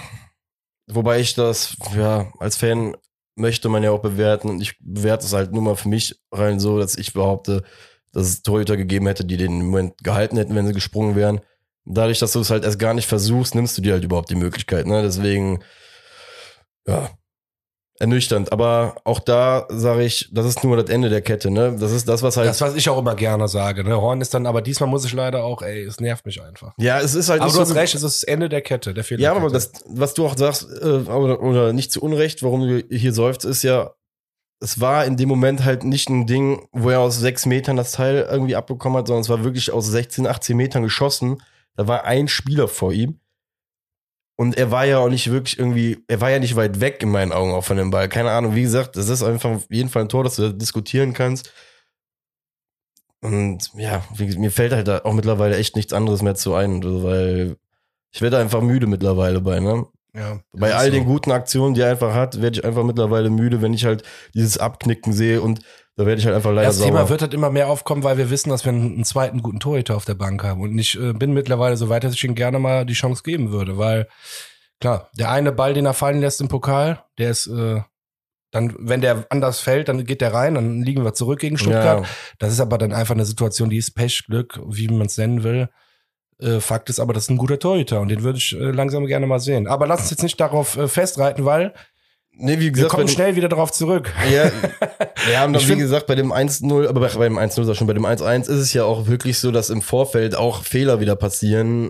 wobei ich das, ja, als Fan möchte man ja auch bewerten, und ich bewerte es halt nur mal für mich rein so, dass ich behaupte, dass es Torhüter gegeben hätte, die den im Moment gehalten hätten, wenn sie gesprungen wären. Dadurch, dass du es halt erst gar nicht versuchst, nimmst du dir halt überhaupt die Möglichkeit, ne? Deswegen, ja, ernüchternd. Aber auch da sage ich, das ist nur das Ende der Kette, ne? Das ist das, was halt. Das, was ich auch immer gerne sage, ne? Horn ist dann, aber diesmal muss ich leider auch, ey, es nervt mich einfach. Ja, es ist halt. Aber nicht du hast so, recht, es ist das Ende der Kette, der Fehler. ja, aber das, was du auch sagst, oder nicht zu Unrecht, warum du hier seufzt, ist ja, es war in dem Moment halt nicht ein Ding, wo er aus 6 Metern das Teil irgendwie abbekommen hat, sondern es war wirklich aus 16, 18 Metern geschossen. Da war ein Spieler vor ihm. Und er war ja auch nicht wirklich irgendwie, er war ja nicht weit weg in meinen Augen auch von dem Ball. Keine Ahnung, wie gesagt, das ist einfach auf jeden Fall ein Tor, das du diskutieren kannst. Und ja, mir fällt halt da auch mittlerweile echt nichts anderes mehr zu ein, weil ich werde einfach müde mittlerweile ne? Ja, Bei all den guten Aktionen, die er einfach hat, werde ich einfach mittlerweile müde, wenn ich halt dieses Abknicken sehe, und da werde ich halt einfach leider das sauer. Thema wird halt immer mehr aufkommen, weil wir wissen, dass wir einen zweiten guten Torhüter auf der Bank haben. Und ich bin mittlerweile so weit, dass ich ihm gerne mal die Chance geben würde, weil klar, der eine Ball, den er fallen lässt im Pokal, der ist dann, wenn der anders fällt, dann geht der rein, dann liegen wir zurück gegen Stuttgart. Ja. Das ist aber dann einfach eine Situation, die ist Pech, Glück, wie man es nennen will. Fakt ist aber, das ist ein guter Torhüter und den würde ich langsam gerne mal sehen. Aber lass uns jetzt nicht darauf festreiten, weil nee, wie wir gesagt, kommen schnell wieder darauf zurück. Ja, und dann, wie gesagt, bei dem 1-0, aber bei dem 1-0 ist schon, bei dem 1-1 ist es ja auch wirklich so, dass im Vorfeld auch Fehler wieder passieren.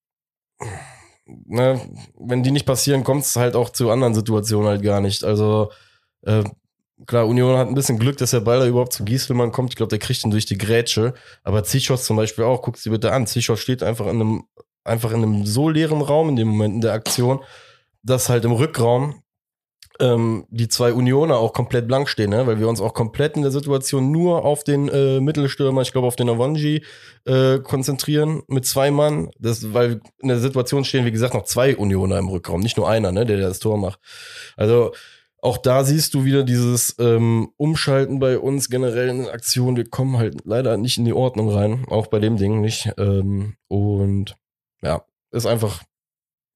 Ne? Wenn die nicht passieren, kommt es halt auch zu anderen Situationen halt gar nicht. Also, klar, Union hat ein bisschen Glück, dass der Ball da überhaupt zu Gieselmann kommt. Ich glaube, der kriegt ihn durch die Grätsche. Aber Zichos zum Beispiel auch, guck's dir bitte an. Zichos steht einfach in einem so leeren Raum in dem Moment in der Aktion, dass halt im Rückraum die 2 Unioner auch komplett blank stehen, ne? Weil wir uns auch komplett in der Situation nur auf den Mittelstürmer, ich glaube auf den Avanji, konzentrieren mit 2 Mann. Weil in der Situation stehen, wie gesagt, noch 2 Unioner im Rückraum, nicht nur einer, ne, der das Tor macht. Also auch da siehst du wieder dieses Umschalten bei uns generell in Aktionen. Wir kommen halt leider nicht in die Ordnung rein, auch bei dem Ding nicht. Und ja, ist einfach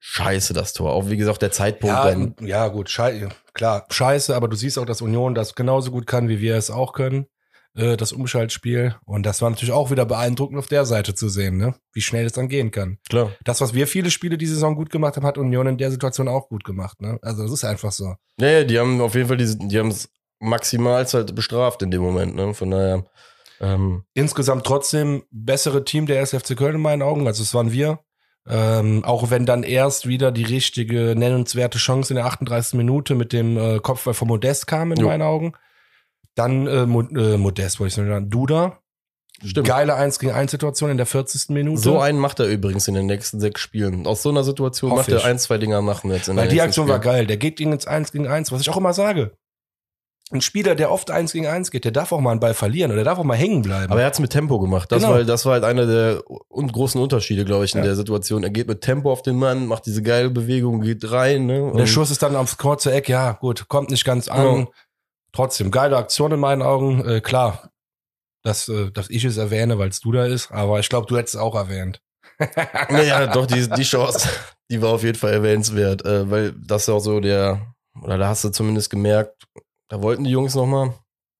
scheiße, das Tor. Auch wie gesagt, der Zeitpunkt dann. Ja, gut, klar, scheiße, aber du siehst auch, dass Union das genauso gut kann, wie wir es auch können, das Umschaltspiel. Und das war natürlich auch wieder beeindruckend auf der Seite zu sehen, ne? Wie schnell es dann gehen kann. Klar. Das, was wir viele Spiele die Saison gut gemacht haben, hat Union in der Situation auch gut gemacht, ne? Also das ist einfach so. Ja, die haben auf jeden Fall die haben es maximal halt bestraft in dem Moment, ne? Von daher. Insgesamt trotzdem bessere Team der SFC Köln in meinen Augen, also es waren wir. Auch wenn dann erst wieder die richtige nennenswerte Chance in der 38. Minute mit dem Kopfball von Modest kam in meinen Augen. Dann Modest, wollte ich sagen, Duda. Stimmt. Geile 1-gegen-1-Situation in der 40. Minute. So einen macht er übrigens in den nächsten 6 Spielen. Aus so einer Situation macht er 1, 2 Dinger machen jetzt in Weil den die nächsten Aktion war geil. Der geht ins 1-gegen-1, was ich auch immer sage. Ein Spieler, der oft 1-gegen-1 geht, der darf auch mal einen Ball verlieren oder der darf auch mal hängen bleiben. Aber er hat's mit Tempo gemacht. Das Genau. war halt einer der großen Unterschiede, glaube ich, in der Situation. Er geht mit Tempo auf den Mann, macht diese geile Bewegung, geht rein. Ne? Und der Schuss ist dann aufs kurze Eck. Ja, gut, kommt nicht ganz an. Ja. Trotzdem, geile Aktion in meinen Augen. Klar, dass ich es erwähne, weil es du da ist. Aber ich glaube, du hättest es auch erwähnt. Naja, doch, die Chance, die war auf jeden Fall erwähnenswert. Weil das ja auch so oder da hast du zumindest gemerkt, da wollten die Jungs nochmal.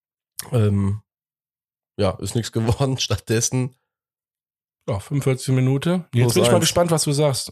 Ja, ist nichts geworden. Stattdessen. Ja, 45 Minuten. Jetzt bin ich 1. mal gespannt, was du sagst.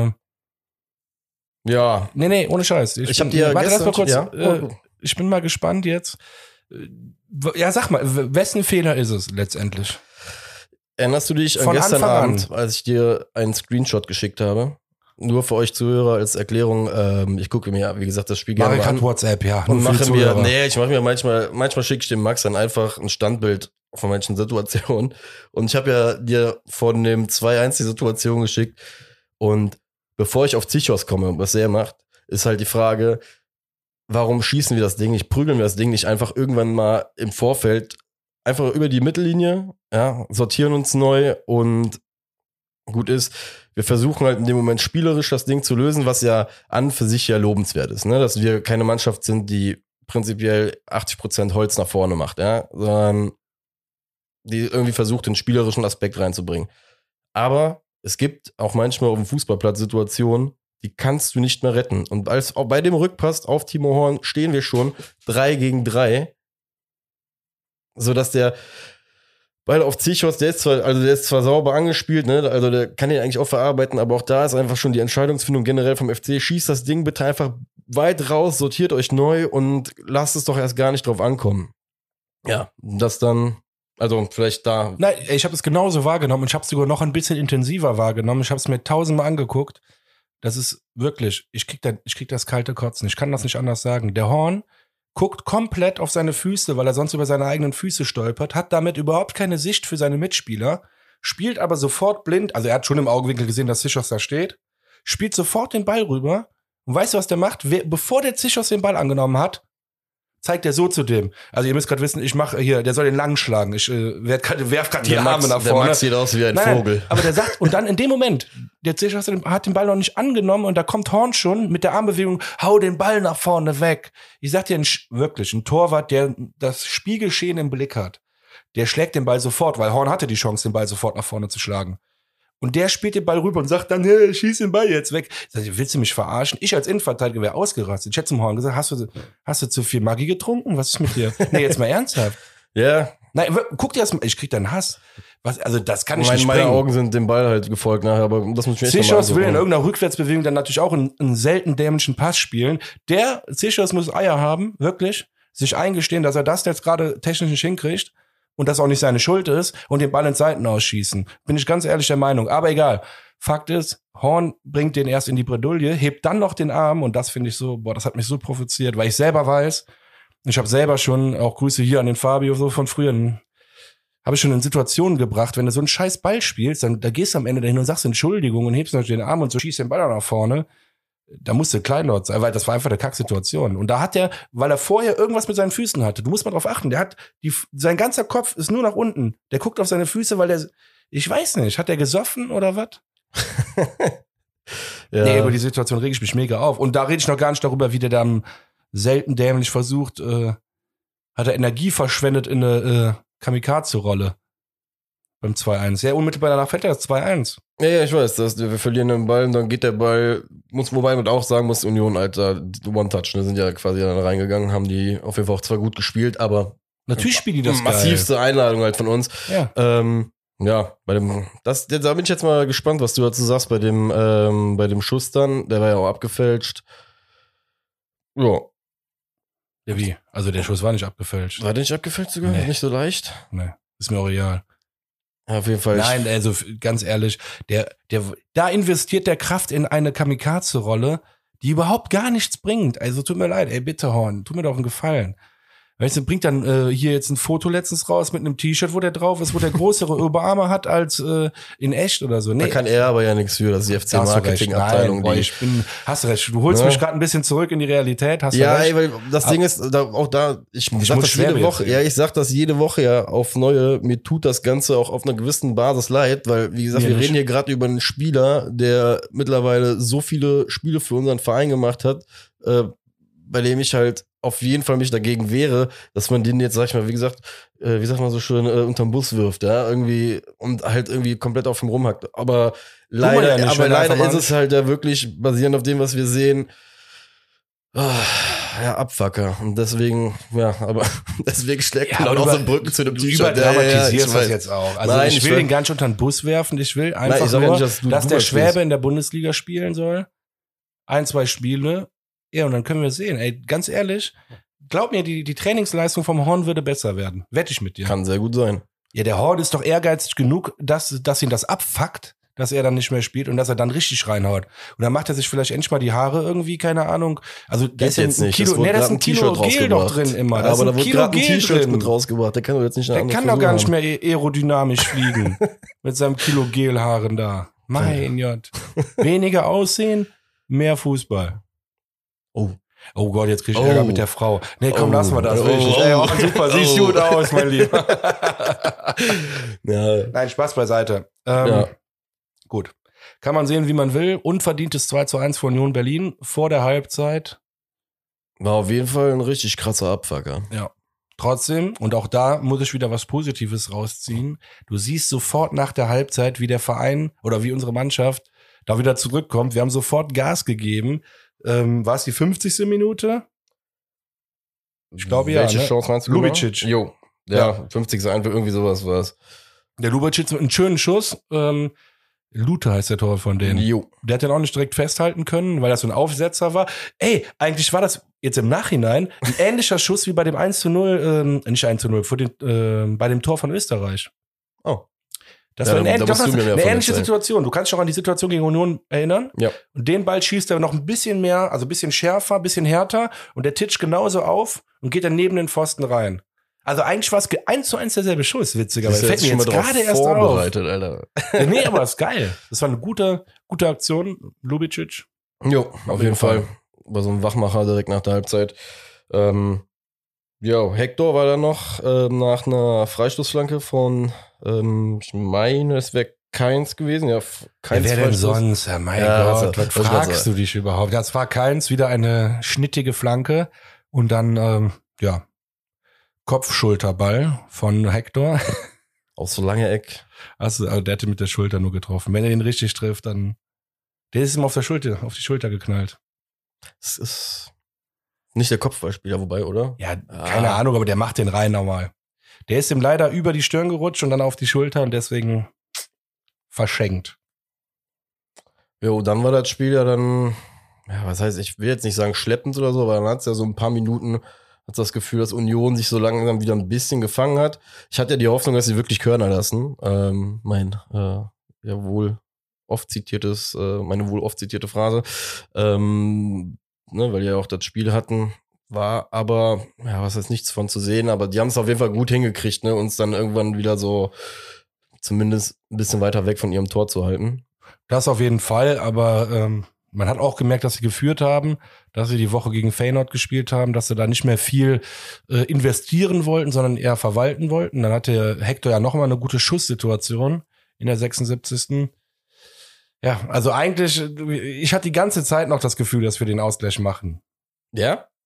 Ja. Nee, ohne Scheiß. Ich hab dir warte, gestern, lass mal kurz. ja? Ich bin mal gespannt jetzt. Ja, sag mal, wessen Fehler ist es letztendlich? Erinnerst du dich an Von gestern Anfang an. Abend, als ich dir einen Screenshot geschickt habe? Nur für euch Zuhörer als Erklärung. Ich gucke mir, wie gesagt, das Spiel gerne Marek an. hat WhatsApp, ja. Und nur für die Zuhörer. ich mache mir manchmal schicke ich dem Max dann einfach ein Standbild von manchen Situationen. Und ich habe ja dir von dem 2-1 die Situation geschickt. Und bevor ich auf Zichos komme, was er macht, ist halt die Frage, warum schießen wir das Ding nicht, prügeln wir das Ding nicht einfach irgendwann mal im Vorfeld einfach über die Mittellinie, ja, sortieren uns neu und gut ist, wir versuchen halt in dem Moment spielerisch das Ding zu lösen, was ja an für sich ja lobenswert ist, ne? Dass wir keine Mannschaft sind, die prinzipiell 80% Holz nach vorne macht, ja, sondern die irgendwie versucht, den spielerischen Aspekt reinzubringen. Aber es gibt auch manchmal auf dem Fußballplatz Situationen, die kannst du nicht mehr retten. Und auch bei dem Rückpass auf Timo Horn stehen wir schon 3-gegen-3, sodass der Ball auf Zichos, der ist zwar sauber angespielt, ne, also der kann ihn eigentlich auch verarbeiten, aber auch da ist einfach schon die Entscheidungsfindung generell vom FC, schießt das Ding bitte einfach weit raus, sortiert euch neu und lasst es doch erst gar nicht drauf ankommen. Ja, das dann, also vielleicht da. Nein, ich habe es genauso wahrgenommen und ich habe es sogar noch ein bisschen intensiver wahrgenommen. Ich habe es mir 1000-mal angeguckt. Das ist wirklich, ich krieg das kalte Kotzen. Ich kann das nicht anders sagen. Der Horn guckt komplett auf seine Füße, weil er sonst über seine eigenen Füße stolpert, hat damit überhaupt keine Sicht für seine Mitspieler, spielt aber sofort blind, also er hat schon im Augenwinkel gesehen, dass Zichos da steht, spielt sofort den Ball rüber und weißt du, was der macht? Bevor der Zichos den Ball angenommen hat, zeigt er so zu dem. Also ihr müsst gerade wissen, ich mache hier, der soll den langen schlagen. Ich werf gerade die Arme nach vorne. Der Max sieht aus wie ein Vogel. Nein, aber der sagt, und dann in dem Moment, der Zichos hat den Ball noch nicht angenommen und da kommt Horn schon mit der Armbewegung, hau den Ball nach vorne weg. Ich sag dir wirklich, ein Torwart, der das Spielgeschehen im Blick hat, der schlägt den Ball sofort, weil Horn hatte die Chance, den Ball sofort nach vorne zu schlagen. Und der spielt den Ball rüber und sagt dann, hey, schieß den Ball jetzt weg. Ich sag, willst du mich verarschen? Ich als Innenverteidiger wäre ausgerastet. Ich hätte zum Horn gesagt, hast du zu viel Maggi getrunken? Was ist mit dir? Nee, jetzt mal ernsthaft. Ja. Nein, guck dir das mal, ich krieg dann Hass. Also das kann ich nicht Meine bringen. Augen sind dem Ball halt gefolgt nachher, aber das muss ich mir echt Zichos will in irgendeiner Rückwärtsbewegung dann natürlich auch einen selten dämlichen Pass spielen. Der Zichos muss Eier haben, wirklich, sich eingestehen, dass er das jetzt gerade technisch nicht hinkriegt und das auch nicht seine Schuld ist und den Ball in Seiten ausschießen. Bin ich ganz ehrlich der Meinung. Aber egal. Fakt ist, Horn bringt den erst in die Bredouille, hebt dann noch den Arm und das finde ich so, das hat mich so provoziert, weil ich selber weiß, ich habe selber schon, auch Grüße hier an den Fabio so von früher, habe ich schon in Situationen gebracht, wenn du so einen scheiß Ball spielst, dann da gehst du am Ende dahin und sagst Entschuldigung und hebst noch den Arm und so schießt den Ball nach vorne. Da musste kleinlaut sein, weil das war einfach eine Kacksituation. Und da hat er, weil er vorher irgendwas mit seinen Füßen hatte, du musst mal drauf achten, der hat sein ganzer Kopf ist nur nach unten. Der guckt auf seine Füße, weil ich weiß nicht, hat der gesoffen oder was? Ja. Nee, über die Situation rege ich mich mega auf. Und da rede ich noch gar nicht darüber, wie der dann selten dämlich versucht, hat er Energie verschwendet in eine Kamikaze-Rolle. beim 2-1. Ja, unmittelbar danach fällt das 2-1. Ja, ich weiß, wir verlieren den Ball und dann geht der Ball, wobei man auch sagen muss, Union, Alter, One-Touch, ne, sind ja quasi dann reingegangen, haben die auf jeden Fall auch zwar gut gespielt, aber Natürlich spielen die das massivste Einladung halt von uns. Ja. Ja, da bin ich jetzt mal gespannt, was du dazu sagst bei dem Schuss dann, der war ja auch abgefälscht. Ja. Ja, wie? Also der Schuss war nicht abgefälscht. War der nicht abgefälscht sogar? Nee. Nicht so leicht? Nee, ist mir auch egal. Ja, auf jeden Fall. Nein, also ganz ehrlich, da investiert der Kraft in eine Kamikaze-Rolle, die überhaupt gar nichts bringt. Also tut mir leid, ey, bitte Horn, tu mir doch einen Gefallen. Weißt du, bringt dann hier jetzt ein Foto letztens raus mit einem T-Shirt, wo der drauf ist, wo der größere Oberarme hat als in echt oder so. Nee. Da kann er aber ja nichts für, das ist die FC-Marketing-Abteilung. Hast recht, du holst mich gerade ein bisschen zurück in die Realität, hast du recht. Ja, weil das Ding ist, ich sag das jede Woche, ich sag das jede Woche ja auf neue, mir tut das Ganze auch auf einer gewissen Basis leid, weil, wie gesagt, wir reden hier gerade über einen Spieler, der mittlerweile so viele Spiele für unseren Verein gemacht hat, bei dem ich halt auf jeden Fall mich dagegen wehre, dass man den jetzt, sag ich mal, wie gesagt, wie sagt man so schön, unterm Bus wirft, ja, irgendwie und halt irgendwie komplett auf ihm rumhackt. Aber leider ist es halt ja wirklich basierend auf dem, was wir sehen, ja, Abfucker. Und deswegen, deswegen schlägt man auch so Brücken zu dem T-Shirt. Du überdramatisierst das jetzt auch. Also Nein, ich will den gar nicht unter den Bus werfen, ich will einfach dass der Schwäbe in der Bundesliga spielen soll. 1-2 Spiele. Ja, und dann können wir sehen. Ey, ganz ehrlich, glaub mir, die Trainingsleistung vom Horn würde besser werden. Wette ich mit dir. Kann sehr gut sein. Ja, der Horn ist doch ehrgeizig genug, dass ihn das abfuckt, dass er dann nicht mehr spielt und dass er dann richtig reinhaut. Und dann macht er sich vielleicht endlich mal die Haare irgendwie, keine Ahnung. Also da ist jetzt ein Kilo, da ist ein Kilo Gel doch drin immer. Ja, aber da wird gerade ein T-Shirt mit rausgebracht. Der kann doch jetzt nicht Der kann doch gar nicht mehr aerodynamisch fliegen. Mit seinem Kilo Gelhaaren da. Mein Gott. Weniger Aussehen, mehr Fußball. Oh Gott, jetzt krieg ich Ärger mit der Frau. Nee, komm, lassen wir das. Super, siehst gut aus, mein Lieber. Ja. Nein, Spaß beiseite. Gut. Kann man sehen, wie man will. Unverdientes 2-1 für Union Berlin vor der Halbzeit. War auf jeden Fall ein richtig krasser Abfucker. Ja. Trotzdem, und auch da muss ich wieder was Positives rausziehen. Du siehst sofort nach der Halbzeit, wie der Verein oder wie unsere Mannschaft da wieder zurückkommt. Wir haben sofort Gas gegeben. War es die 50. Minute? Ich glaube ja. Welche Chance meinst du? Lubicic. Jo. Ja, 50. Einfach irgendwie sowas war es. Der Lubicic mit einem schönen Schuss. Lute heißt der Tor von denen. Jo. Der hat den auch nicht direkt festhalten können, weil das so ein Aufsetzer war. Ey, eigentlich war das jetzt im Nachhinein ein ähnlicher Schuss wie bei dem 1-0, nicht 1-0, bei dem Tor von Österreich. Oh. Das war eine ähnliche Situation. Du kannst dich auch an die Situation gegen Union erinnern. Ja. Und den Ball schießt er noch ein bisschen mehr, also ein bisschen schärfer, ein bisschen härter. Und der titscht genauso auf und geht dann neben den Pfosten rein. Also eigentlich war es 1:1 derselbe Schuss, witzigerweise. Fällt mir jetzt gerade erst vorbereitet, Alter. Nee, aber ist geil. Das war eine gute Aktion. Lubicic. Jo, auf jeden Fall. War so ein Wachmacher direkt nach der Halbzeit. Hector war da noch nach einer Freistoßflanke von, ich meine, es wäre Keins gewesen. Ja, Keins. Wer denn sonst? Ja, mein Gott, was fragst du dich überhaupt? Das war Keins, wieder eine schnittige Flanke und dann, Kopfschulterball von Hector. Auch so lange Eck. Also der hätte mit der Schulter nur getroffen. Wenn er ihn richtig trifft, dann, der ist ihm auf die Schulter geknallt. Das ist nicht der Kopfballspieler, wobei, oder? Ja, keine Ahnung, aber der macht den rein nochmal. Der ist ihm leider über die Stirn gerutscht und dann auf die Schulter und deswegen verschenkt. Jo, dann war das Spiel ja dann, was heißt, ich will jetzt nicht sagen schleppend oder so, aber dann hat es ja so ein paar Minuten, hat das Gefühl, dass Union sich so langsam wieder ein bisschen gefangen hat. Ich hatte ja die Hoffnung, dass sie wirklich Körner lassen. Meine wohl oft zitierte Phrase. Weil die ja auch das Spiel hatten, war aber, was heißt nichts von zu sehen, aber die haben es auf jeden Fall gut hingekriegt, ne, uns dann irgendwann wieder so zumindest ein bisschen weiter weg von ihrem Tor zu halten. Das auf jeden Fall, aber man hat auch gemerkt, dass sie geführt haben, dass sie die Woche gegen Feyenoord gespielt haben, dass sie da nicht mehr viel investieren wollten, sondern eher verwalten wollten. Dann hatte Hector ja nochmal eine gute Schusssituation in der 76. Ja, also eigentlich, ich hatte die ganze Zeit noch das Gefühl, dass wir den Ausgleich machen. Ja?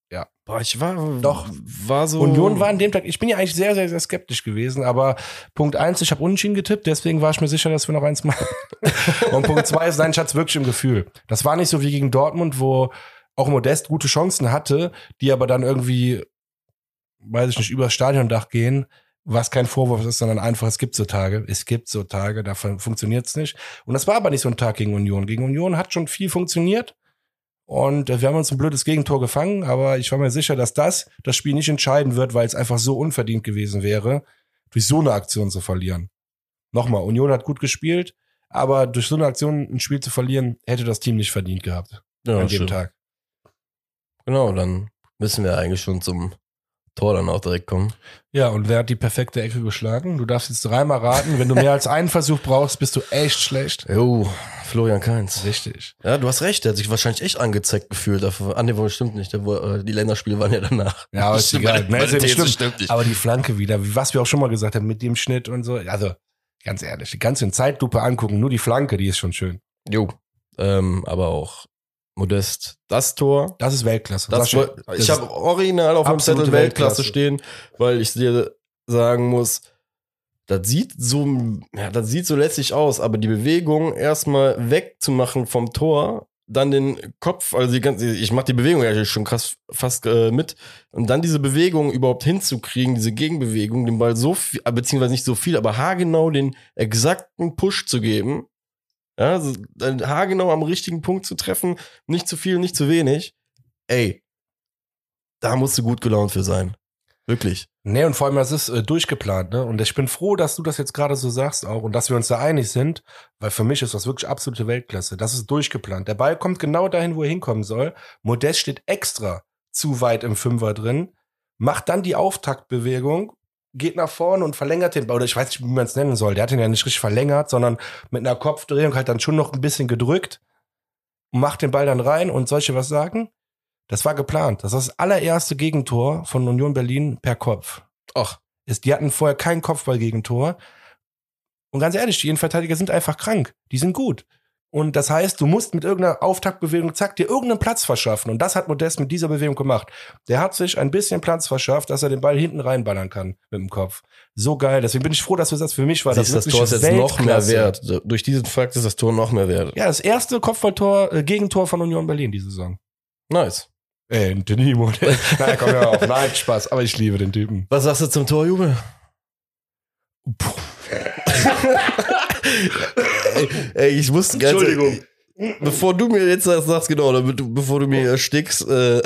Boah, Doch. war so. Union war an dem Tag, ich bin ja eigentlich sehr, sehr, sehr skeptisch gewesen, aber Punkt 1, ich habe Unentschieden getippt, deswegen war ich mir sicher, dass wir noch eins machen. Und Punkt 2 ist, nein, ich hatte es wirklich im Gefühl. Das war nicht so wie gegen Dortmund, wo auch Modest gute Chancen hatte, die aber dann irgendwie, weiß ich nicht, übers Stadiondach gehen, was kein Vorwurf ist, sondern einfach, es gibt so Tage, da funktioniert es nicht. Und das war aber nicht so ein Tag gegen Union. Gegen Union hat schon viel funktioniert. Und wir haben uns ein blödes Gegentor gefangen, aber ich war mir sicher, dass das Spiel nicht entscheiden wird, weil es einfach so unverdient gewesen wäre, durch so eine Aktion zu verlieren. Nochmal, Union hat gut gespielt, aber durch so eine Aktion ein Spiel zu verlieren, hätte das Team nicht verdient gehabt an dem Tag. Genau, dann müssen wir eigentlich schon zum Tor dann auch direkt kommen. Ja, und wer hat die perfekte Ecke geschlagen? Du darfst jetzt 3-mal raten. Wenn du mehr als einen Versuch brauchst, bist du echt schlecht. Jo, Florian Kainz. Richtig. Ja, du hast recht, der hat sich wahrscheinlich echt angezeigt gefühlt. Nee, stimmt nicht. Die Länderspiele waren ja danach. Ja, aber ist egal. Stimmt nicht. Aber die Flanke wieder, was wir auch schon mal gesagt haben, mit dem Schnitt und so. Also, ganz ehrlich, die ganze Zeitlupe angucken, nur die Flanke, die ist schon schön. Jo, aber auch Modest, das Tor. Das ist Weltklasse. Ich habe original auf dem Zettel Weltklasse stehen, weil ich dir sagen muss, das sieht so lässig aus, aber die Bewegung erstmal wegzumachen vom Tor, dann den Kopf, also ich mache die Bewegung ja schon krass fast mit, und dann diese Bewegung überhaupt hinzukriegen, diese Gegenbewegung, den Ball so viel, beziehungsweise nicht so viel, aber haargenau den exakten Push zu geben. Ja, also haargenau am richtigen Punkt zu treffen, nicht zu viel, nicht zu wenig. Ey, da musst du gut gelaunt für sein. Wirklich. Nee, und vor allem, das ist durchgeplant, ne? Und ich bin froh, dass du das jetzt gerade so sagst auch und dass wir uns da einig sind, weil für mich ist das wirklich absolute Weltklasse. Das ist durchgeplant. Der Ball kommt genau dahin, wo er hinkommen soll. Modest steht extra zu weit im Fünfer drin, macht dann die Auftaktbewegung, geht nach vorne und verlängert den Ball, oder ich weiß nicht, wie man es nennen soll. Der hat ihn ja nicht richtig verlängert, sondern mit einer Kopfdrehung halt dann schon noch ein bisschen gedrückt und macht den Ball dann rein. Und soll ich dir was sagen? Das war geplant. Das ist das allererste Gegentor von Union Berlin per Kopf. Ach. Die hatten vorher kein Kopfballgegentor. Und ganz ehrlich, die Innenverteidiger sind einfach krank. Die sind gut. Und das heißt, du musst mit irgendeiner Auftaktbewegung, zack, dir irgendeinen Platz verschaffen. Und das hat Modest mit dieser Bewegung gemacht. Der hat sich ein bisschen Platz verschafft, dass er den Ball hinten reinballern kann mit dem Kopf. So geil. Deswegen bin ich froh, dass wir das für mich war. Das Tor ist jetzt noch mehr wert. Durch diesen Fakt ist das Tor noch mehr wert. Ja, das erste Kopfballtor, Gegentor von Union Berlin diese Saison. Nice. Anthony Modest. Nein, komm ja auf. Nein, Spaß. Aber ich liebe den Typen. Was sagst du zum Torjubel? ey, ich wusste ganz. Entschuldigung. Bevor du mir jetzt das sagst, genau, bevor du mir erstickst, das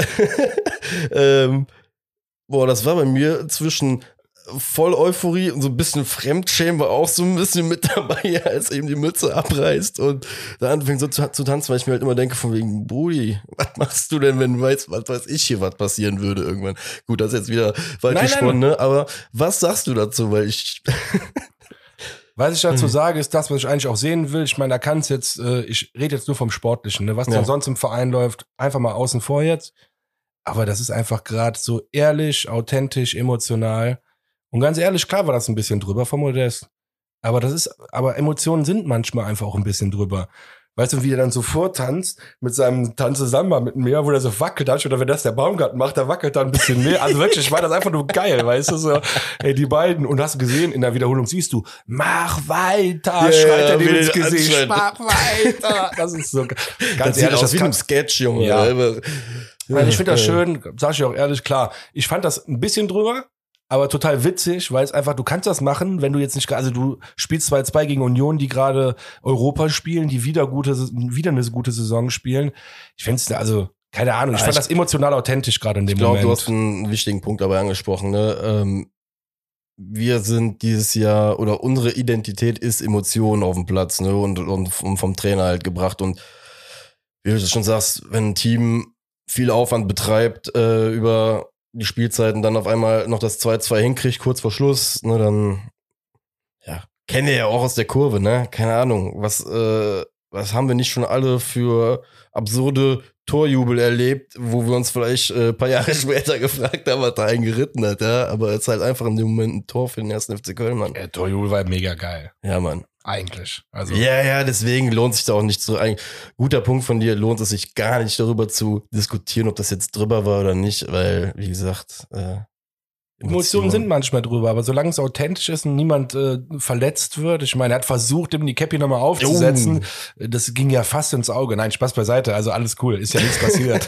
war bei mir zwischen voll Euphorie und so ein bisschen Fremdschämen war auch so ein bisschen mit dabei, als eben die Mütze abreißt und da anfängt so zu tanzen, weil ich mir halt immer denke von wegen, Brudi, was machst du denn, wenn du weißt, was weiß ich hier, was passieren würde irgendwann. Gut, das ist jetzt wieder weit gesponnen, ne? Aber was sagst du dazu, weil ich... Was ich dazu sage, ist das, was ich eigentlich auch sehen will. Ich meine, da kann es jetzt, ich rede jetzt nur vom Sportlichen, ne? Was dann sonst im Verein läuft, einfach mal außen vor jetzt. Aber das ist einfach gerade so ehrlich, authentisch, emotional. Und ganz ehrlich, klar war das ein bisschen drüber vom Modest. Aber Emotionen sind manchmal einfach auch ein bisschen drüber. Weißt du, wie er dann so vortanzt mit seinem Tanze Samba mit mir, wo er so wackelt, oder wenn das der Baumgarten macht, da wackelt er ein bisschen mehr. Also wirklich, ich war das einfach nur geil, weißt du, so, ey, die beiden, und hast du gesehen, in der Wiederholung siehst du, mach weiter, schreit er dir ins Gesicht, mach weiter. Das ist so, ganz ehrlich, das ist wie ein Sketch, Junge. Ja. Ich finde das schön, sag ich auch ehrlich, klar. Ich fand das ein bisschen drüber, aber total witzig, weil es einfach, du kannst das machen, wenn du jetzt nicht, also du spielst 2-2 gegen Union, die gerade Europa spielen, die wieder eine gute Saison spielen. Ich finde es, also, keine Ahnung, ich fand das emotional authentisch gerade in dem Moment. Ich glaube, du hast einen wichtigen Punkt dabei angesprochen, ne? Wir sind dieses Jahr, oder unsere Identität ist Emotionen auf dem Platz, ne? Und vom Trainer halt gebracht. Und wie du schon sagst, wenn ein Team viel Aufwand betreibt, über die Spielzeiten dann auf einmal noch das 2-2 hinkriegt, kurz vor Schluss, ne, dann, ja, kenne ich ja auch aus der Kurve, ne, keine Ahnung, was haben wir nicht schon alle für absurde Torjubel erlebt, wo wir uns vielleicht ein paar Jahre später gefragt haben, was da einen geritten hat, ja, aber es ist halt einfach in dem Moment ein Tor für den 1. FC Köln, Mann. Der Torjubel war mega geil. Ja, Mann. Eigentlich. Also. Ja, deswegen lohnt sich da auch nicht so. Ein guter Punkt von dir, lohnt es sich gar nicht darüber zu diskutieren, ob das jetzt drüber war oder nicht, weil, wie gesagt, Emotionen sind manchmal drüber, aber solange es authentisch ist und niemand verletzt wird, ich meine, er hat versucht, ihm die Cappy nochmal aufzusetzen, das ging ja fast ins Auge. Nein, Spaß beiseite, also alles cool, ist ja nichts passiert.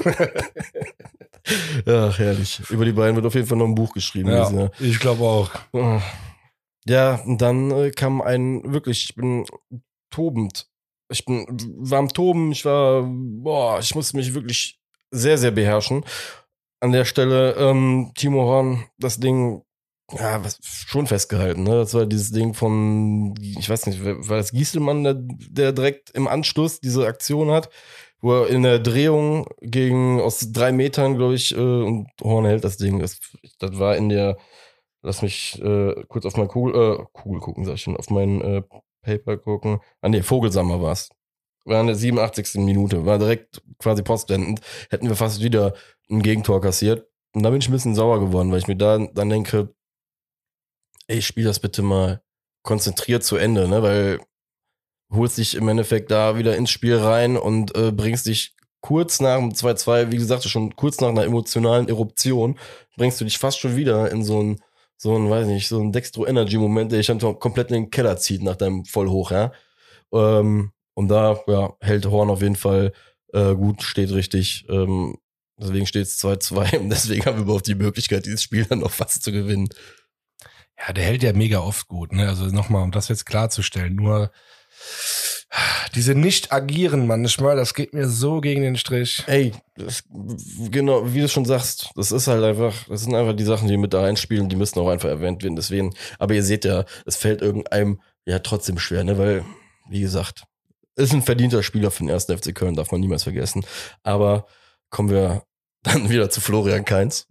Ach, herrlich. Über die beiden wird auf jeden Fall noch ein Buch geschrieben. Ja, ich glaube auch. Ja, und dann kam ich bin tobend. War am Toben, ich musste mich wirklich sehr, sehr beherrschen. An der Stelle, Timo Horn, das Ding, schon festgehalten, ne? Das war dieses Ding von, ich weiß nicht, war das Gieselmann, der direkt im Anschluss diese Aktion hat, wo er in der Drehung aus 3 Metern, glaube ich, und Horn hält das Ding. Das war in der, lass mich kurz auf meine Kugel gucken, sag ich schon, auf meinen Paper gucken. Vogelsammer war's. War in der 87. Minute, war direkt quasi postwendend. Hätten wir fast wieder ein Gegentor kassiert. Und da bin ich ein bisschen sauer geworden, weil ich mir dann denke, ey, spiel das bitte mal konzentriert zu Ende, ne? Weil holst dich im Endeffekt da wieder ins Spiel rein und bringst dich kurz nach dem 2-2, wie gesagt, schon kurz nach einer emotionalen Eruption, bringst du dich fast schon wieder in so ein weiß nicht, so ein Dextro-Energy-Moment, der dich dann komplett in den Keller zieht nach deinem Vollhoch, ja. Und da, hält Horn auf jeden Fall gut, steht richtig. Deswegen steht es 2-2 und deswegen haben wir überhaupt die Möglichkeit, dieses Spiel dann noch fast zu gewinnen. Ja, der hält ja mega oft gut, ne? Also nochmal, um das jetzt klarzustellen, nur diese Nicht-Agieren manchmal, das geht mir so gegen den Strich. Ey, genau, wie du schon sagst, das sind einfach die Sachen, die mit da reinspielen, die müssen auch einfach erwähnt werden, deswegen. Aber ihr seht ja, es fällt irgendeinem ja trotzdem schwer, ne? Weil, wie gesagt, ist ein verdienter Spieler für den 1. FC Köln, darf man niemals vergessen. Aber kommen wir dann wieder zu Florian Kainz.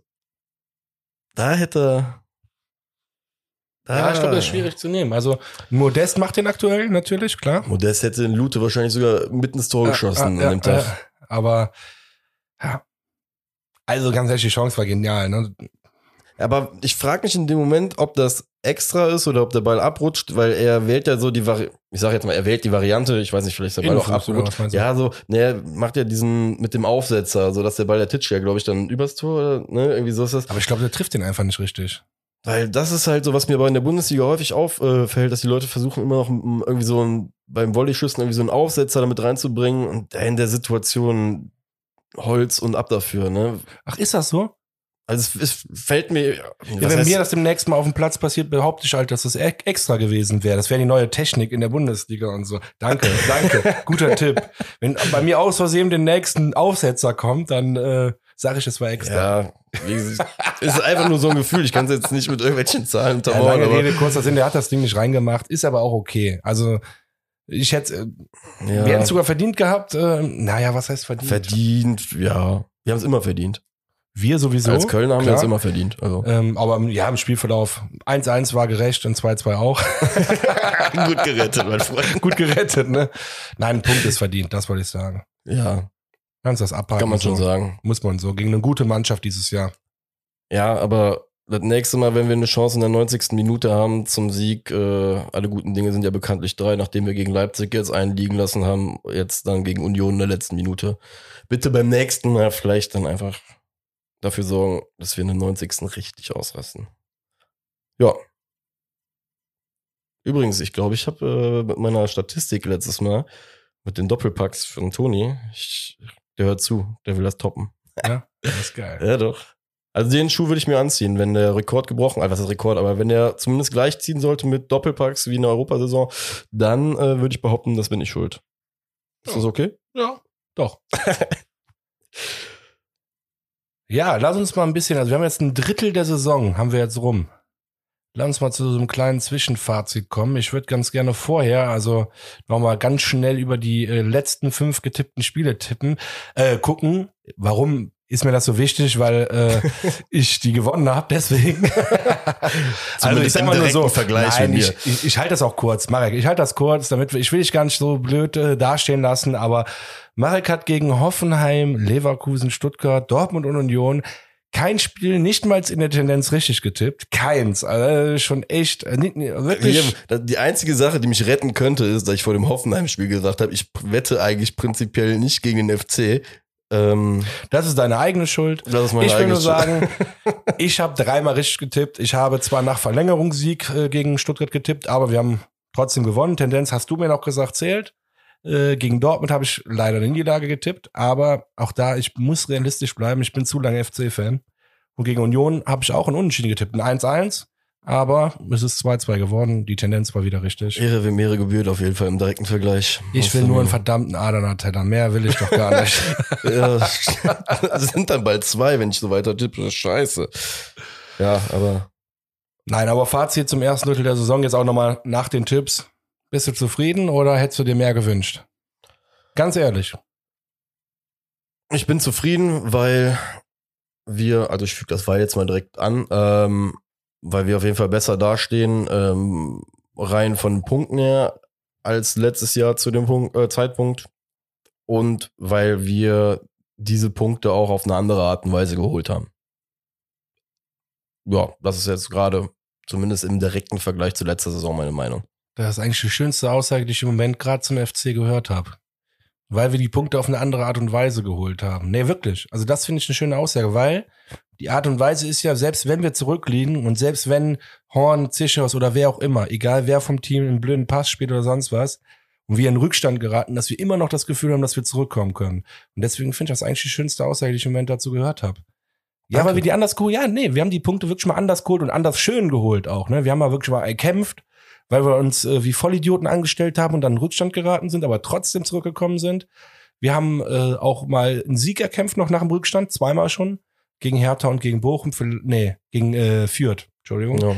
Ja, ich glaube, das ist schwierig zu nehmen. Also Modest macht den aktuell natürlich, klar. Modest hätte den Lute wahrscheinlich sogar mitten ins Tor geschossen an dem Tag. Aber ja, also ganz ehrlich, die Chance war genial. Ne? Aber ich frage mich in dem Moment, ob das extra ist oder ob der Ball abrutscht, weil er wählt ja so er wählt die Variante, ich weiß nicht, vielleicht ist der Ball auch abrutscht. Ja, er macht ja diesen mit dem Aufsetzer, so dass der Ball der Titsch ja, glaube ich, dann übers Tor, oder, ne, irgendwie so ist das. Aber ich glaube, der trifft den einfach nicht richtig. Weil das ist halt so, was mir aber in der Bundesliga häufig auffällt, dass die Leute versuchen immer noch irgendwie beim Volleyschüssen irgendwie so einen Aufsetzer damit reinzubringen und in der Situation Holz und ab dafür, ne? Ach, ist das so? Also es fällt mir... Ja, wenn mir das demnächst mal auf dem Platz passiert, behaupte ich halt, dass das extra gewesen wäre. Das wäre die neue Technik in der Bundesliga und so. Danke. Guter Tipp. Wenn bei mir aus Versehen den nächsten Aufsetzer kommt, dann sage ich, es war extra. Ja, ist einfach nur so ein Gefühl. Ich kann es jetzt nicht mit irgendwelchen Zahlen untermauern. Lange Rede, kurzer Sinn, der hat das Ding nicht reingemacht. Ist aber auch okay. Also ich hätte... Wir hätten es sogar verdient gehabt. Was heißt verdient? Verdient, ja. Wir haben es immer verdient. Wir sowieso. Als Kölner haben wir es immer verdient. Also. Aber ja, im Spielverlauf 1-1 war gerecht und 2-2 auch. Gut gerettet, mein Freund. Gut gerettet, ne? Nein, ein Punkt ist verdient, das wollte ich sagen. Ja. Kannst das abhaken. Kann man schon sagen. Muss man so. Gegen eine gute Mannschaft dieses Jahr. Ja, aber das nächste Mal, wenn wir eine Chance in der 90. Minute haben zum Sieg, alle guten Dinge sind ja bekanntlich 3, nachdem wir gegen Leipzig jetzt einen liegen lassen haben, jetzt dann gegen Union in der letzten Minute. Bitte beim nächsten Mal vielleicht dann einfach dafür sorgen, dass wir in der 90. richtig ausrasten. Ja. Übrigens, ich glaube, ich habe mit meiner Statistik letztes Mal, mit den Doppelpacks von Toni, der hört zu, der will das toppen. Ja, das ist geil. Ja, doch. Also den Schuh würde ich mir anziehen, wenn der Rekord gebrochen, was ist Rekord, aber wenn der zumindest gleich ziehen sollte mit Doppelpacks wie in der Europasaison, dann würde ich behaupten, das bin ich schuld. Ist das okay? Ja, doch. Ja, lass uns mal ein bisschen, also wir haben jetzt ein Drittel der Saison, haben wir jetzt rum. Lass uns mal zu so einem kleinen Zwischenfazit kommen. Ich würde ganz gerne vorher, also nochmal ganz schnell über die letzten 5 getippten Spiele gucken. Warum ist mir das so wichtig? Weil ich die gewonnen habe, deswegen. Also ich sag mal nur so, Vergleich nein, mit mir. ich halte das auch kurz, Marek. Ich halte das kurz, ich will dich gar nicht so blöd dastehen lassen, aber Marek hat gegen Hoffenheim, Leverkusen, Stuttgart, Dortmund und Union kein Spiel nicht mal in der Tendenz richtig getippt. Keins. Also schon echt, wirklich. Die einzige Sache, die mich retten könnte, ist, dass ich vor dem Hoffenheim-Spiel gesagt habe, ich wette eigentlich prinzipiell nicht gegen den FC. Das ist deine eigene Schuld. Das ist meine ich will eigene nur sagen, ich habe 3-mal richtig getippt. Ich habe zwar nach Verlängerungssieg gegen Stuttgart getippt, aber wir haben trotzdem gewonnen. Tendenz, hast du mir noch gesagt, zählt. Gegen Dortmund habe ich leider eine Niederlage getippt, aber auch da, ich muss realistisch bleiben. Ich bin zu lange FC-Fan. Und gegen Union habe ich auch ein Unentschieden getippt, ein 1-1. Aber es ist 2-2 geworden. Die Tendenz war wieder richtig. Ehre wem Ehre gebührt auf jeden Fall im direkten Vergleich. Ich will nur einen verdammten Adana-Teller. Mehr will ich doch gar nicht. Ja, das sind dann bald 2, wenn ich so weiter tippe. Das ist scheiße. Ja, aber... Nein, aber Fazit zum ersten Drittel der Saison jetzt auch nochmal nach den Tipps. Bist du zufrieden oder hättest du dir mehr gewünscht? Ganz ehrlich. Ich bin zufrieden, weil wir, also ich füge das Weil jetzt mal direkt an, weil wir auf jeden Fall besser dastehen, rein von Punkten her, als letztes Jahr zu dem Zeitpunkt. Und weil wir diese Punkte auch auf eine andere Art und Weise geholt haben. Ja, das ist jetzt gerade, zumindest im direkten Vergleich zu letzter Saison, meine Meinung. Das ist eigentlich die schönste Aussage, die ich im Moment gerade zum FC gehört habe. Weil wir die Punkte auf eine andere Art und Weise geholt haben. Nee, wirklich. Also das finde ich eine schöne Aussage, weil die Art und Weise ist ja, selbst wenn wir zurückliegen und selbst wenn Horn, Zichos oder wer auch immer, egal wer vom Team einen blöden Pass spielt oder sonst was, und wir in Rückstand geraten, dass wir immer noch das Gefühl haben, dass wir zurückkommen können. Und deswegen finde ich das eigentlich die schönste Aussage, die ich im Moment dazu gehört habe. Ja, Danke. weil wir die anders geholt, ja, nee, wir haben die Punkte wirklich mal anders geholt und anders schön geholt auch, ne? Wir haben mal wirklich mal erkämpft, weil wir uns wie Vollidioten angestellt haben und dann in Rückstand geraten sind, aber trotzdem zurückgekommen sind. Wir haben auch mal einen Sieg erkämpft noch nach dem Rückstand, 2-mal schon, gegen Hertha und gegen Bochum, gegen Fürth, Entschuldigung. Ja.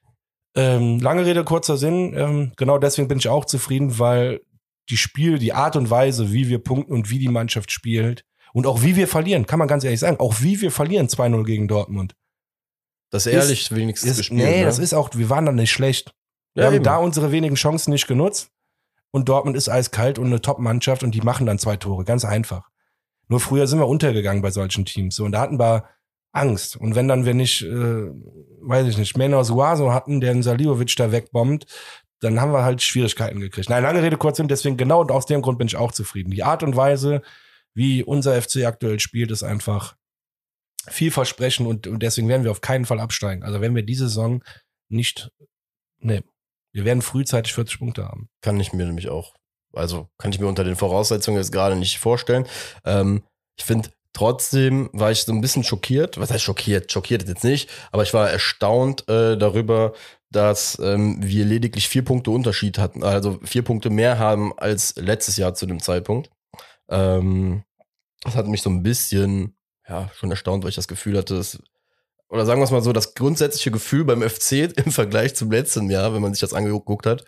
Lange Rede, kurzer Sinn, genau deswegen bin ich auch zufrieden, weil die Art und Weise, wie wir punkten und wie die Mannschaft spielt und auch wie wir verlieren, kann man ganz ehrlich sagen, auch wie wir verlieren 2-0 gegen Dortmund. Das ehrlich wenigstens gespielt. Nee, ne? das ist auch, wir waren dann nicht schlecht. Wir Ja, haben eben. da unsere wenigen Chancen nicht genutzt und Dortmund ist eiskalt und eine Top-Mannschaft und die machen dann 2 Tore, ganz einfach. Nur früher sind wir untergegangen bei solchen Teams so und da hatten wir Angst. Und wenn dann wir nicht, weiß ich nicht, Menor Suazo hatten, der den Salihovic da wegbombt, dann haben wir halt Schwierigkeiten gekriegt. Nein, lange Rede, kurz Sinn, deswegen genau und aus dem Grund bin ich auch zufrieden. Die Art und Weise, wie unser FC aktuell spielt, ist einfach vielversprechend und deswegen werden wir auf keinen Fall absteigen. Also wenn wir diese Saison nicht, wir werden frühzeitig 40 Punkte haben. Kann ich mir nämlich auch, also kann ich mir unter den Voraussetzungen jetzt gerade nicht vorstellen. Ich finde, trotzdem war ich so ein bisschen schockiert. Was heißt schockiert? Schockiert jetzt nicht, aber ich war erstaunt darüber, dass wir lediglich 4 Punkte Unterschied hatten, also 4 Punkte mehr haben als letztes Jahr zu dem Zeitpunkt. Das hat mich so ein bisschen, ja, schon erstaunt, weil ich das Gefühl hatte, oder sagen wir es mal so, das grundsätzliche Gefühl beim FC im Vergleich zum letzten Jahr, wenn man sich das angeguckt hat,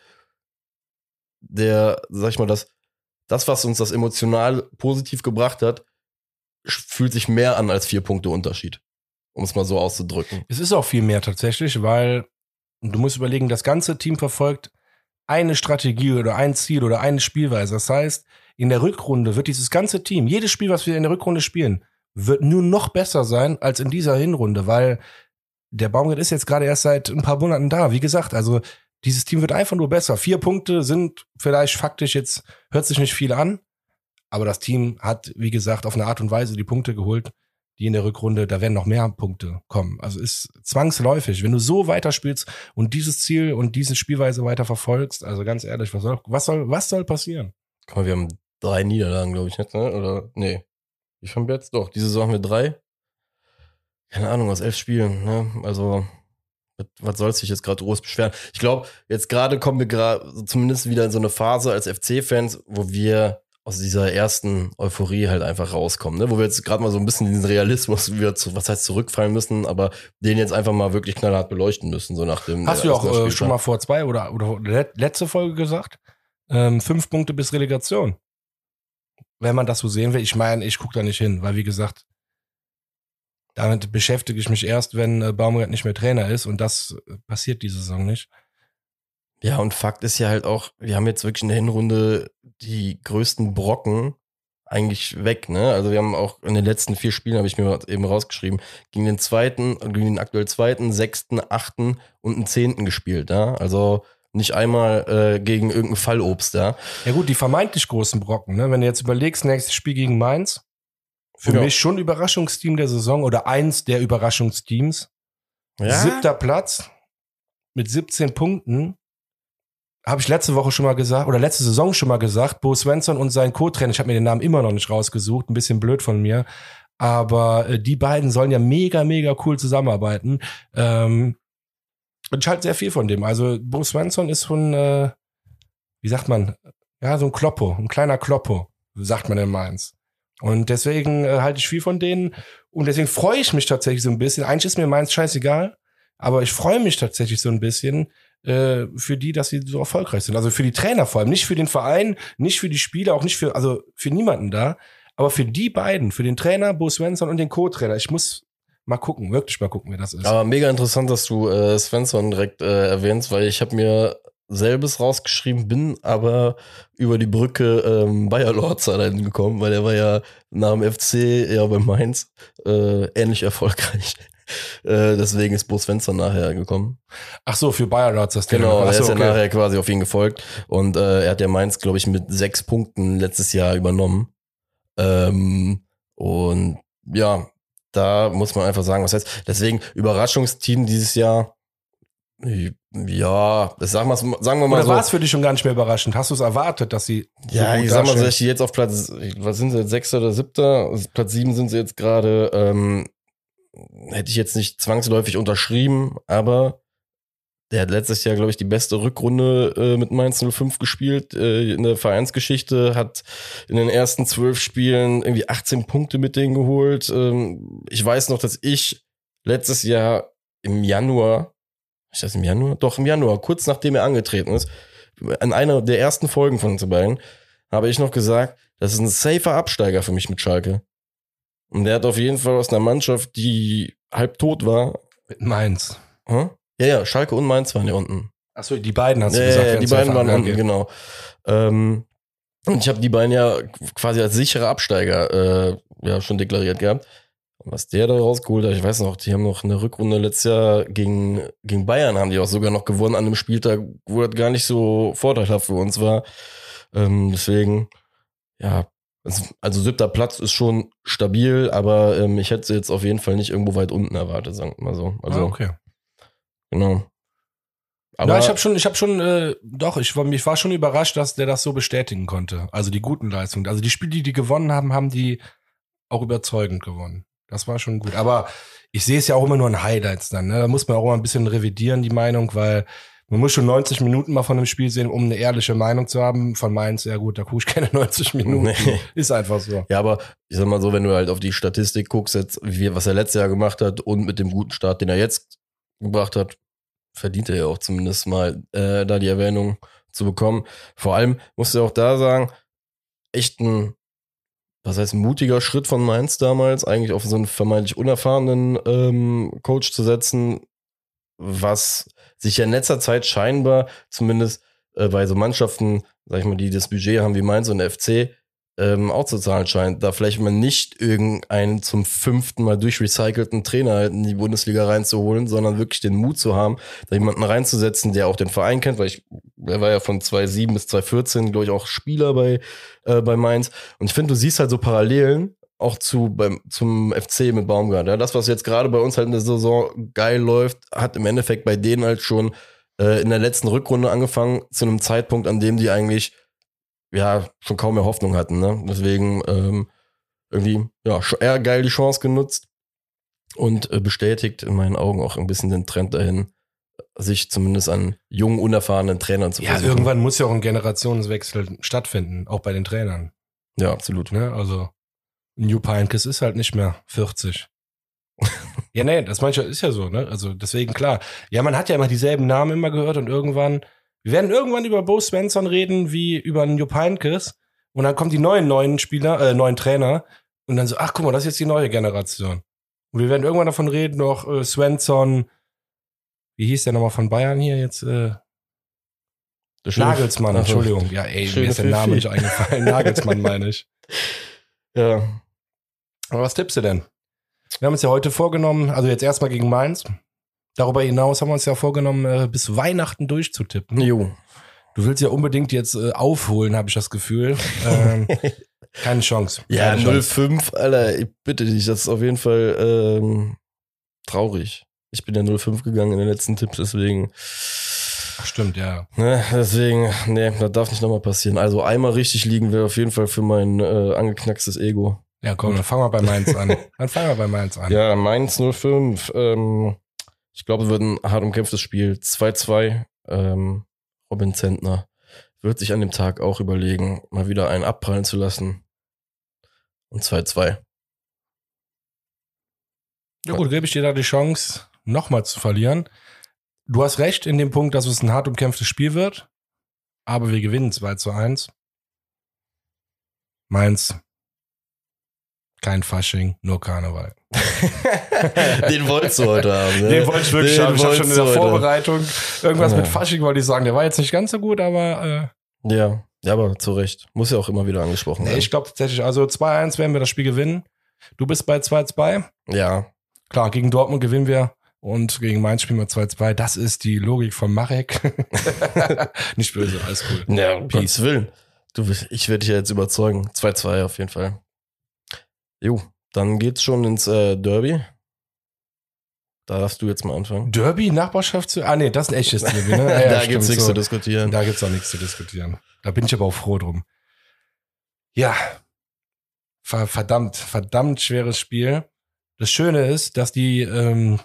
sag ich mal, das, was uns das emotional positiv gebracht hat, fühlt sich mehr an als 4 Punkte Unterschied. Um es mal so auszudrücken. Es ist auch viel mehr tatsächlich, weil du musst überlegen, das ganze Team verfolgt eine Strategie oder ein Ziel oder eine Spielweise. Das heißt, in der Rückrunde wird dieses ganze Team, jedes Spiel, was wir in der Rückrunde spielen, wird nur noch besser sein als in dieser Hinrunde, weil der Baumgart ist jetzt gerade erst seit ein paar Monaten da. Wie gesagt, also dieses Team wird einfach nur besser. 4 Punkte sind vielleicht faktisch jetzt, hört sich nicht viel an, aber das Team hat, wie gesagt, auf eine Art und Weise die Punkte geholt, die in der Rückrunde, da werden noch mehr Punkte kommen. Also ist zwangsläufig, wenn du so weiterspielst und dieses Ziel und diese Spielweise weiter verfolgst, also ganz ehrlich, was soll passieren? Guck mal, wir haben 3 Niederlagen, glaube ich, jetzt, ne? Oder, nee. Wie haben wir jetzt? Doch, diese Saison haben wir 3. Keine Ahnung, aus 11 Spielen, ne? Also, was soll sich jetzt gerade groß beschweren? Ich glaube, jetzt gerade kommen wir gerade zumindest wieder in so eine Phase als FC-Fans, wo wir aus dieser ersten Euphorie halt einfach rauskommen, ne? Wo wir jetzt gerade mal so ein bisschen diesen Realismus wieder zurückfallen müssen, aber den jetzt einfach mal wirklich knallhart beleuchten müssen, so nach dem. Hast du auch schon mal vor 2 oder letzte Folge gesagt? 5 Punkte bis Relegation. Wenn man das so sehen will, ich meine, ich gucke da nicht hin, weil wie gesagt, damit beschäftige ich mich erst, wenn Baumgart nicht mehr Trainer ist und das passiert diese Saison nicht. Ja, und Fakt ist ja halt auch, wir haben jetzt wirklich in der Hinrunde die größten Brocken eigentlich weg, ne? Also wir haben auch in den letzten 4 Spielen, habe ich mir eben rausgeschrieben, gegen den aktuell zweiten, 6., 8. und einen 10. gespielt, ja? Also nicht einmal gegen irgendein Fallobst, ja? Ja gut, die vermeintlich großen Brocken, ne? Wenn du jetzt überlegst, nächstes Spiel gegen Mainz, für mich schon Überraschungsteam der Saison oder eins der Überraschungsteams. Ja? 7. Platz mit 17 Punkten. Habe ich letzte Woche schon mal gesagt, oder letzte Saison schon mal gesagt, Bo Svensson und sein Co-Trainer, ich habe mir den Namen immer noch nicht rausgesucht, ein bisschen blöd von mir, aber die beiden sollen ja mega, mega cool zusammenarbeiten. Und ich halte sehr viel von dem. Also Bo Svensson ist so ein, wie sagt man, ja, so ein Kloppo, ein kleiner Kloppo, sagt man in Mainz. Und deswegen halte ich viel von denen und deswegen freue ich mich tatsächlich so ein bisschen. Eigentlich ist mir Mainz scheißegal, aber ich freue mich tatsächlich so ein bisschen, für die, dass sie so erfolgreich sind. Also für die Trainer vor allem, nicht für den Verein, nicht für die Spieler, auch nicht für, also für niemanden da, aber für die beiden, für den Trainer, Bo Svensson und den Co-Trainer. Ich muss mal gucken, wirklich mal gucken, wer das ist. Aber mega interessant, dass du Svensson direkt erwähnst, weil ich habe mir selbes rausgeschrieben, bin aber über die Brücke Bayer Lorzer dahin gekommen, weil der war ja nach dem FC ja bei Mainz ähnlich erfolgreich. Deswegen ist Bo Svensson nachher gekommen. Ach so, für Bayer Lorz das Genau, er ist ja okay. nachher quasi auf ihn gefolgt und er hat ja Mainz, glaube ich, mit 6 Punkten letztes Jahr übernommen. Und ja, da muss man einfach sagen, was heißt, deswegen Überraschungsteam dieses Jahr, ja, sagen wir mal Oder so. war es für dich schon gar nicht mehr überraschend? Hast du es erwartet, dass sie Ja, so gut ich sag mal, dastehen? dass die jetzt auf Platz, was sind sie jetzt, 6. oder 7.? Also Platz 7 sind sie jetzt gerade, hätte ich jetzt nicht zwangsläufig unterschrieben, aber der hat letztes Jahr, glaube ich, die beste Rückrunde mit Mainz 05 gespielt in der Vereinsgeschichte, hat in den ersten 12 Spielen irgendwie 18 Punkte mit denen geholt. Ich weiß noch, dass ich letztes Jahr im Januar, ist das im Januar? Doch, im Januar, kurz nachdem er angetreten ist, in einer der ersten Folgen von uns beiden, habe ich noch gesagt, das ist ein safer Absteiger für mich mit Schalke. Und der hat auf jeden Fall aus einer Mannschaft, die halb tot war. Mit Mainz. Hm? Ja, Schalke und Mainz waren ja unten. Achso, die beiden hast du Ja, gesagt. ja, die beiden waren unten, okay. genau. Und ich habe die beiden ja quasi als sichere Absteiger ja schon deklariert gehabt. Und was der da rausgeholt hat, ich weiß noch, die haben noch eine Rückrunde letztes Jahr gegen Bayern, haben die auch sogar noch gewonnen an einem Spieltag, wo das gar nicht so vorteilhaft für uns war. Deswegen, ja, also 7. Platz ist schon stabil, aber ich hätte sie jetzt auf jeden Fall nicht irgendwo weit unten erwartet, sagen wir mal so. Also, okay. Genau. Aber ja, ich war schon überrascht, dass der das so bestätigen konnte. Also die guten Leistungen. Also die Spiele, die gewonnen haben, haben die auch überzeugend gewonnen. Das war schon gut. Aber ich sehe es ja auch immer nur in Highlights dann. Ne? Da muss man auch mal ein bisschen revidieren, die Meinung, weil man muss schon 90 Minuten mal von dem Spiel sehen, um eine ehrliche Meinung zu haben. Von Mainz, ja gut, da gucke ich keine 90 Minuten. Nee. Ist einfach so. Ja, aber ich sag mal so, wenn du halt auf die Statistik guckst, jetzt, was er letztes Jahr gemacht hat und mit dem guten Start, den er jetzt gebracht hat, verdient er ja auch zumindest mal da die Erwähnung zu bekommen. Vor allem musst du auch da sagen, echt ein mutiger Schritt von Mainz damals, eigentlich auf so einen vermeintlich unerfahrenen Coach zu setzen, was sich ja in letzter Zeit scheinbar, zumindest bei so Mannschaften, sag ich mal, die das Budget haben wie Mainz und der FC, auch zu zahlen scheint. Da vielleicht mal nicht irgendeinen zum 5. Mal durchrecycelten Trainer in die Bundesliga reinzuholen, sondern wirklich den Mut zu haben, da jemanden reinzusetzen, der auch den Verein kennt, weil er war ja von 2007 bis 2014, glaube ich, auch Spieler bei Mainz. Und ich finde, du siehst halt so Parallelen auch zum FC mit Baumgart. Ja, das, was jetzt gerade bei uns halt in der Saison geil läuft, hat im Endeffekt bei denen halt schon in der letzten Rückrunde angefangen, zu einem Zeitpunkt, an dem die eigentlich ja schon kaum mehr Hoffnung hatten. Ne? Deswegen irgendwie ja eher geil die Chance genutzt und bestätigt in meinen Augen auch ein bisschen den Trend dahin, sich zumindest an jungen, unerfahrenen Trainern zu versuchen. Ja, irgendwann muss ja auch ein Generationswechsel stattfinden, auch bei den Trainern. Ja, absolut. Ne? Also Jupp Heynckes ist halt nicht mehr 40. Ja, nee, das manchmal ist ja so, ne? Also deswegen klar. Ja, man hat ja immer dieselben Namen immer gehört und wir werden irgendwann über Bo Svensson reden wie über einen Jupp Heynckes und dann kommen die neuen Spieler, neuen Trainer und dann so, ach guck mal, das ist jetzt die neue Generation. Und wir werden irgendwann davon reden, noch Svensson, wie hieß der nochmal von Bayern hier jetzt? Nagelsmann, Entschuldigung. Ja, ey, mir ist der Name nicht eingefallen. Nagelsmann meine ich. Ja. Aber was tippst du denn? Wir haben uns ja heute vorgenommen, also jetzt erstmal gegen Mainz. Darüber hinaus haben wir uns ja vorgenommen, bis Weihnachten durchzutippen. Jo. Du willst ja unbedingt jetzt aufholen, habe ich das Gefühl. Keine Chance. Ja, Keine Chance. 0,5, Alter, ich bitte dich, das ist auf jeden Fall traurig. Ich bin ja 0,5 gegangen in den letzten Tipps, deswegen. Ach, stimmt, ja. Ne, deswegen, nee, das darf nicht nochmal passieren. Also einmal richtig liegen wäre auf jeden Fall für mein angeknackstes Ego. Ja, komm, dann fangen wir bei Mainz an. Ja, Mainz 0,5. Ich glaube, es wird ein hart umkämpftes Spiel. 2-2. Robin Zentner wird sich an dem Tag auch überlegen, mal wieder einen abprallen zu lassen. Und 2-2. Ja gut, gebe ich dir da die Chance, nochmal zu verlieren. Du hast recht in dem Punkt, dass es ein hart umkämpftes Spiel wird. Aber wir gewinnen 2-1. Mainz. Kein Fasching, nur Karneval. Den wolltest du heute haben, ne? Den wollte ich wirklich haben. Ich habe schon in der heute. Vorbereitung irgendwas mit Fasching, wollte ich sagen. Der war jetzt nicht ganz so gut, aber Ja, aber zu Recht. Muss ja auch immer wieder angesprochen werden. ich glaube tatsächlich, also 2-1 werden wir das Spiel gewinnen. Du bist bei 2-2. Ja. Klar, gegen Dortmund gewinnen wir und gegen Mainz spielen wir 2-2. Das ist die Logik von Marek. Nicht böse, alles cool. Ja, Peace Willen. Ich werde dich ja jetzt überzeugen. 2-2 auf jeden Fall. Jo, dann geht's schon ins Derby. Da darfst du jetzt mal anfangen. Derby, Nachbarschaft zu... nee, das ist ein echtes Derby, ne? Da gibt's nichts zu diskutieren. Da gibt's auch nichts zu diskutieren. Da bin ich aber auch froh drum. Ja. Verdammt schweres Spiel. Das Schöne ist, dass diese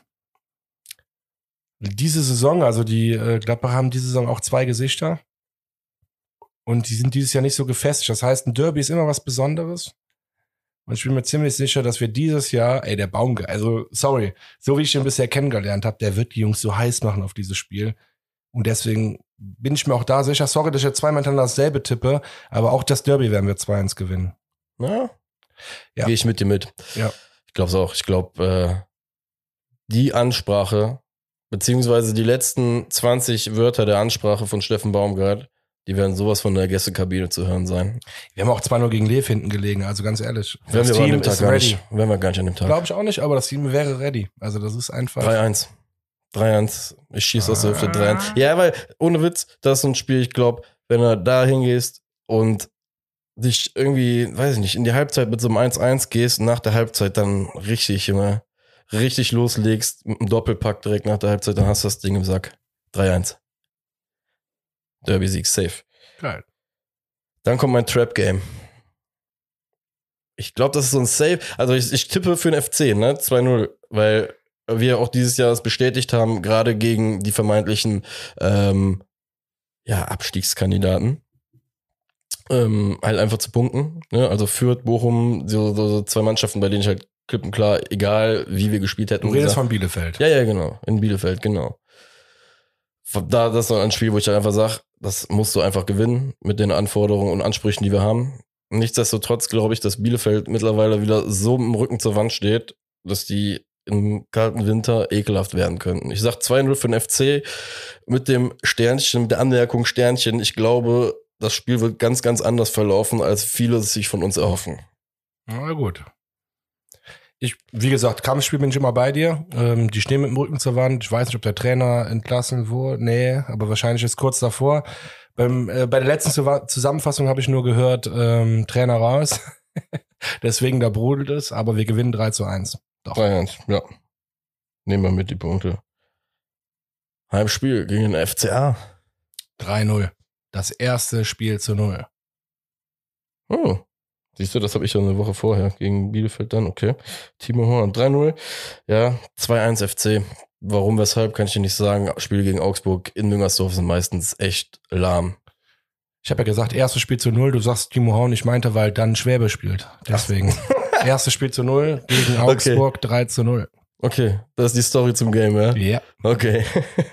Saison, also die Gladbacher haben diese Saison auch 2 Gesichter. Und die sind dieses Jahr nicht so gefestigt. Das heißt, ein Derby ist immer was Besonderes. Und ich bin mir ziemlich sicher, dass wir dieses Jahr, der Baumgart, also sorry, so wie ich ihn bisher kennengelernt habe, der wird die Jungs so heiß machen auf dieses Spiel. Und deswegen bin ich mir auch da sicher, sorry, dass ich jetzt zweimal hintereinander dasselbe tippe, aber auch das Derby werden wir 2-1 gewinnen. Ja. Ja. Gehe ich mit dir mit. Ja. Ich glaube es auch. Ich glaube, die Ansprache, beziehungsweise die letzten 20 Wörter der Ansprache von Steffen Baumgart, die werden sowas von der Gästekabine zu hören sein. Wir haben auch 2-0 gegen Lev hinten gelegen, also ganz ehrlich. Wären wir gar nicht an dem Tag. Glaube ich auch nicht, aber das Team wäre ready. Also das ist einfach... 3-1. 3-1. Ich schieße aus der Hälfte 3-1. Ja, weil, ohne Witz, das ist so ein Spiel, ich glaube, wenn du da hingehst und dich irgendwie, weiß ich nicht, in die Halbzeit mit so einem 1-1 gehst, nach der Halbzeit dann richtig loslegst, mit einem Doppelpack direkt nach der Halbzeit, dann hast du das Ding im Sack. 3-1. Derby-Sieg, safe. Geil. Dann kommt mein Trap-Game. Ich glaube, das ist so ein Safe. Also ich tippe für den FC, ne? 2-0, weil wir auch dieses Jahr das bestätigt haben, gerade gegen die vermeintlichen Abstiegskandidaten. Halt einfach zu punkten. Ne? Also Fürth, Bochum, so 2 Mannschaften, bei denen ich halt klipp und klar, egal wie wir gespielt hätten. Du redest von Bielefeld. Ja, genau. In Bielefeld, genau. Das ist so ein Spiel, wo ich dann einfach sage, das musst du einfach gewinnen mit den Anforderungen und Ansprüchen, die wir haben. Nichtsdestotrotz glaube ich, dass Bielefeld mittlerweile wieder so im Rücken zur Wand steht, dass die im kalten Winter ekelhaft werden könnten. Ich sag 2-0 für den FC mit dem Sternchen, mit der Anmerkung Sternchen. Ich glaube, das Spiel wird ganz, ganz anders verlaufen, als viele es sich von uns erhoffen. Na gut. Wie gesagt, Kampfspiel bin ich immer bei dir. Die stehen mit dem Rücken zur Wand. Ich weiß nicht, ob der Trainer entlassen wurde. Nee, aber wahrscheinlich ist kurz davor. Bei der letzten Zusammenfassung habe ich nur gehört, Trainer raus. Deswegen, da brodelt es. Aber wir gewinnen 3-1. Doch. 3-1, ja. Nehmen wir mit die Punkte. Heimspiel gegen den FCA. 3-0. Das erste Spiel zu 0. Oh. Siehst du, das habe ich ja eine Woche vorher gegen Bielefeld dann, okay. Timo Horn, 3-0. Ja, 2-1 FC. Warum, weshalb, kann ich dir nicht sagen. Spiele gegen Augsburg in Müngersdorf sind meistens echt lahm. Ich habe ja gesagt, erstes Spiel zu 0. Du sagst Timo Horn, ich meinte, weil dann Schwäbe spielt. Deswegen. Erstes Spiel zu 0 gegen Augsburg, okay. 3-0. Okay, das ist die Story zum Game, ja? Ja. Okay.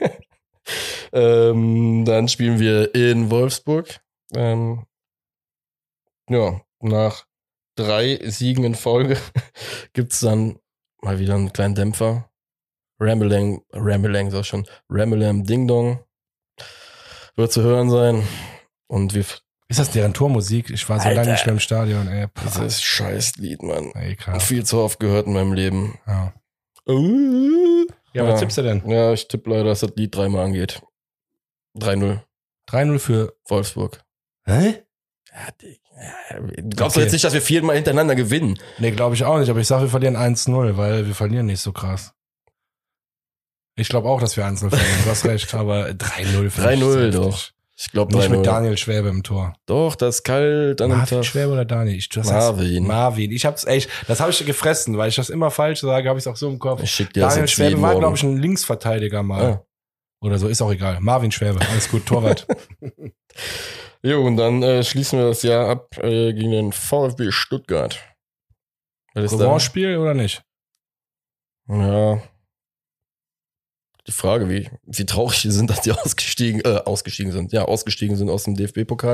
Dann spielen wir in Wolfsburg. Nach 3 Siegen in Folge gibt's dann mal wieder einen kleinen Dämpfer. Rammelang ist auch schon. Rammelam Ding Dong wird zu hören sein. Und wir Ist das deren Tormusik? Ich war so lange nicht mehr im Stadion, ey. Dieses Scheißlied, Mann. Ey, Und viel zu oft gehört in meinem Leben. Ja. Ja, was tippst du denn? Ja, ich tippe leider, dass das Lied 3-mal angeht. 3-0. 3-0 für Wolfsburg. Hä? Du glaubst doch jetzt nicht, dass wir 4-mal hintereinander gewinnen. Nee, glaube ich auch nicht, aber ich sag, wir verlieren 1-0, weil wir verlieren nicht so krass. Ich glaube auch, dass wir 1-0 verlieren, du hast recht, aber 3-0 für 3-0 doch. Ich glaube 3-0. Nicht mit Daniel Schwäbe im Tor. Doch, das ist kalt an dem Marvin Tag. Schwäbe oder Daniel? Marvin. Ich hab's echt, das habe ich gefressen, weil ich das immer falsch sage, habe ich auch so im Kopf. Ich schick dir Daniel das Schwäbe war, glaube ich, ein Linksverteidiger mal. Ah. Oder so, ist auch egal. Marvin Schwäbe, alles gut, Torwart. Jo, und dann schließen wir das Jahr ab gegen den VfB Stuttgart. Revanche-Spiel oder nicht? Ja. Die Frage, wie traurig die sind, dass die ausgestiegen sind aus dem DFB-Pokal.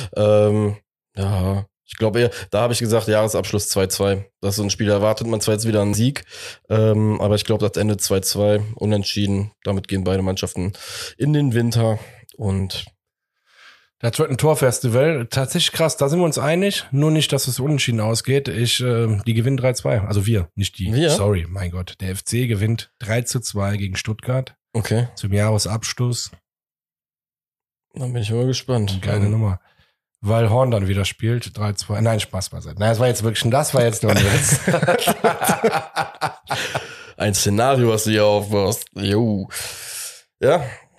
Ja, ich glaube eher, da habe ich gesagt, Jahresabschluss 2-2. Das ist so ein Spiel, da erwartet man zwar jetzt wieder einen Sieg, aber ich glaube, das Ende 2-2, unentschieden. Damit gehen beide Mannschaften in den Winter und das wird ein Torfestival. Tatsächlich krass, da sind wir uns einig. Nur nicht, dass es unentschieden ausgeht. Die gewinnen 3-2. Also wir, nicht die. Wir? Sorry, mein Gott. Der FC gewinnt 3-2 gegen Stuttgart. Okay. Zum Jahresabschluss. Dann bin ich mal gespannt. Geile Nummer. Weil Horn dann wieder spielt. 3-2. Nein, Spaß beiseite. Nein, das war jetzt wirklich, das war jetzt nur ein Witz. Ein Szenario, was du hier aufbaust. Jo. Ja.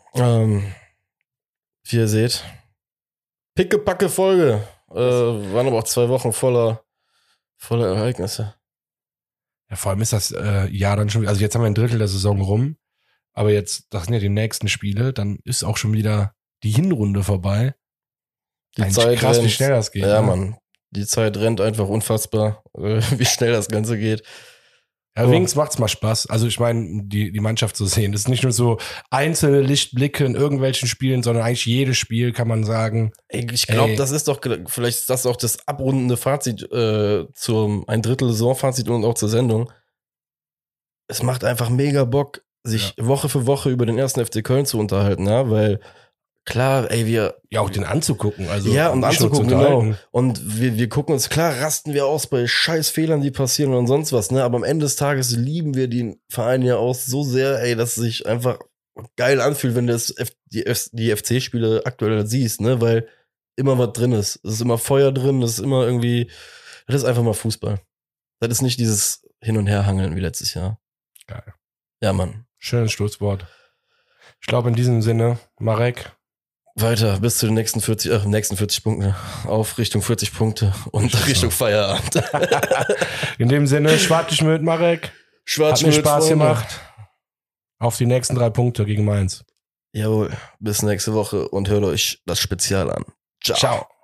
Wie ihr seht. Pickepacke Folge. Waren aber auch 2 Wochen voller Ereignisse. Ja, vor allem ist das Jahr dann schon, also jetzt haben wir ein Drittel der Saison rum, aber jetzt, das sind ja die nächsten Spiele, dann ist auch schon wieder die Hinrunde vorbei. Die Zeit krass, rennt. wie schnell das geht. Ja, ne? Mann. Die Zeit rennt einfach unfassbar, wie schnell das Ganze geht. Ja, wenigstens macht's mal Spaß. Also ich meine, die Mannschaft zu sehen. Das ist nicht nur so einzelne Lichtblicke in irgendwelchen Spielen, sondern eigentlich jedes Spiel kann man sagen. Ey, ich glaube, das ist doch, vielleicht ist das auch das abrundende Fazit zum ein Drittel Saisonfazit und auch zur Sendung. Es macht einfach mega Bock, sich Woche für Woche über den 1. FC Köln zu unterhalten, ja, weil klar, ey, ja, auch den anzugucken. Also ja, und nicht nur anzugucken, zu genau. unterhalten. Und wir gucken uns, klar, rasten wir aus bei scheiß Fehlern, die passieren und sonst was, ne? Aber am Ende des Tages lieben wir den Verein ja auch so sehr, ey, dass es sich einfach geil anfühlt, wenn du die FC-Spiele aktuell siehst, ne? Weil immer was drin ist. Es ist immer Feuer drin, es ist immer irgendwie, das ist einfach mal Fußball. Das ist nicht dieses Hin- und Herhangeln wie letztes Jahr. Geil. Ja, Mann. Schönes Schlusswort. Ich glaube, in diesem Sinne, Marek. Weiter bis zu den nächsten 40 Punkten auf Richtung 40 Punkte und Richtung Feierabend. In dem Sinne, Schwartig mit Marek. Hat mir Spaß gemacht. Auf die nächsten 3 Punkte gegen Mainz. Jawohl, bis nächste Woche und hört euch das Spezial an. Ciao.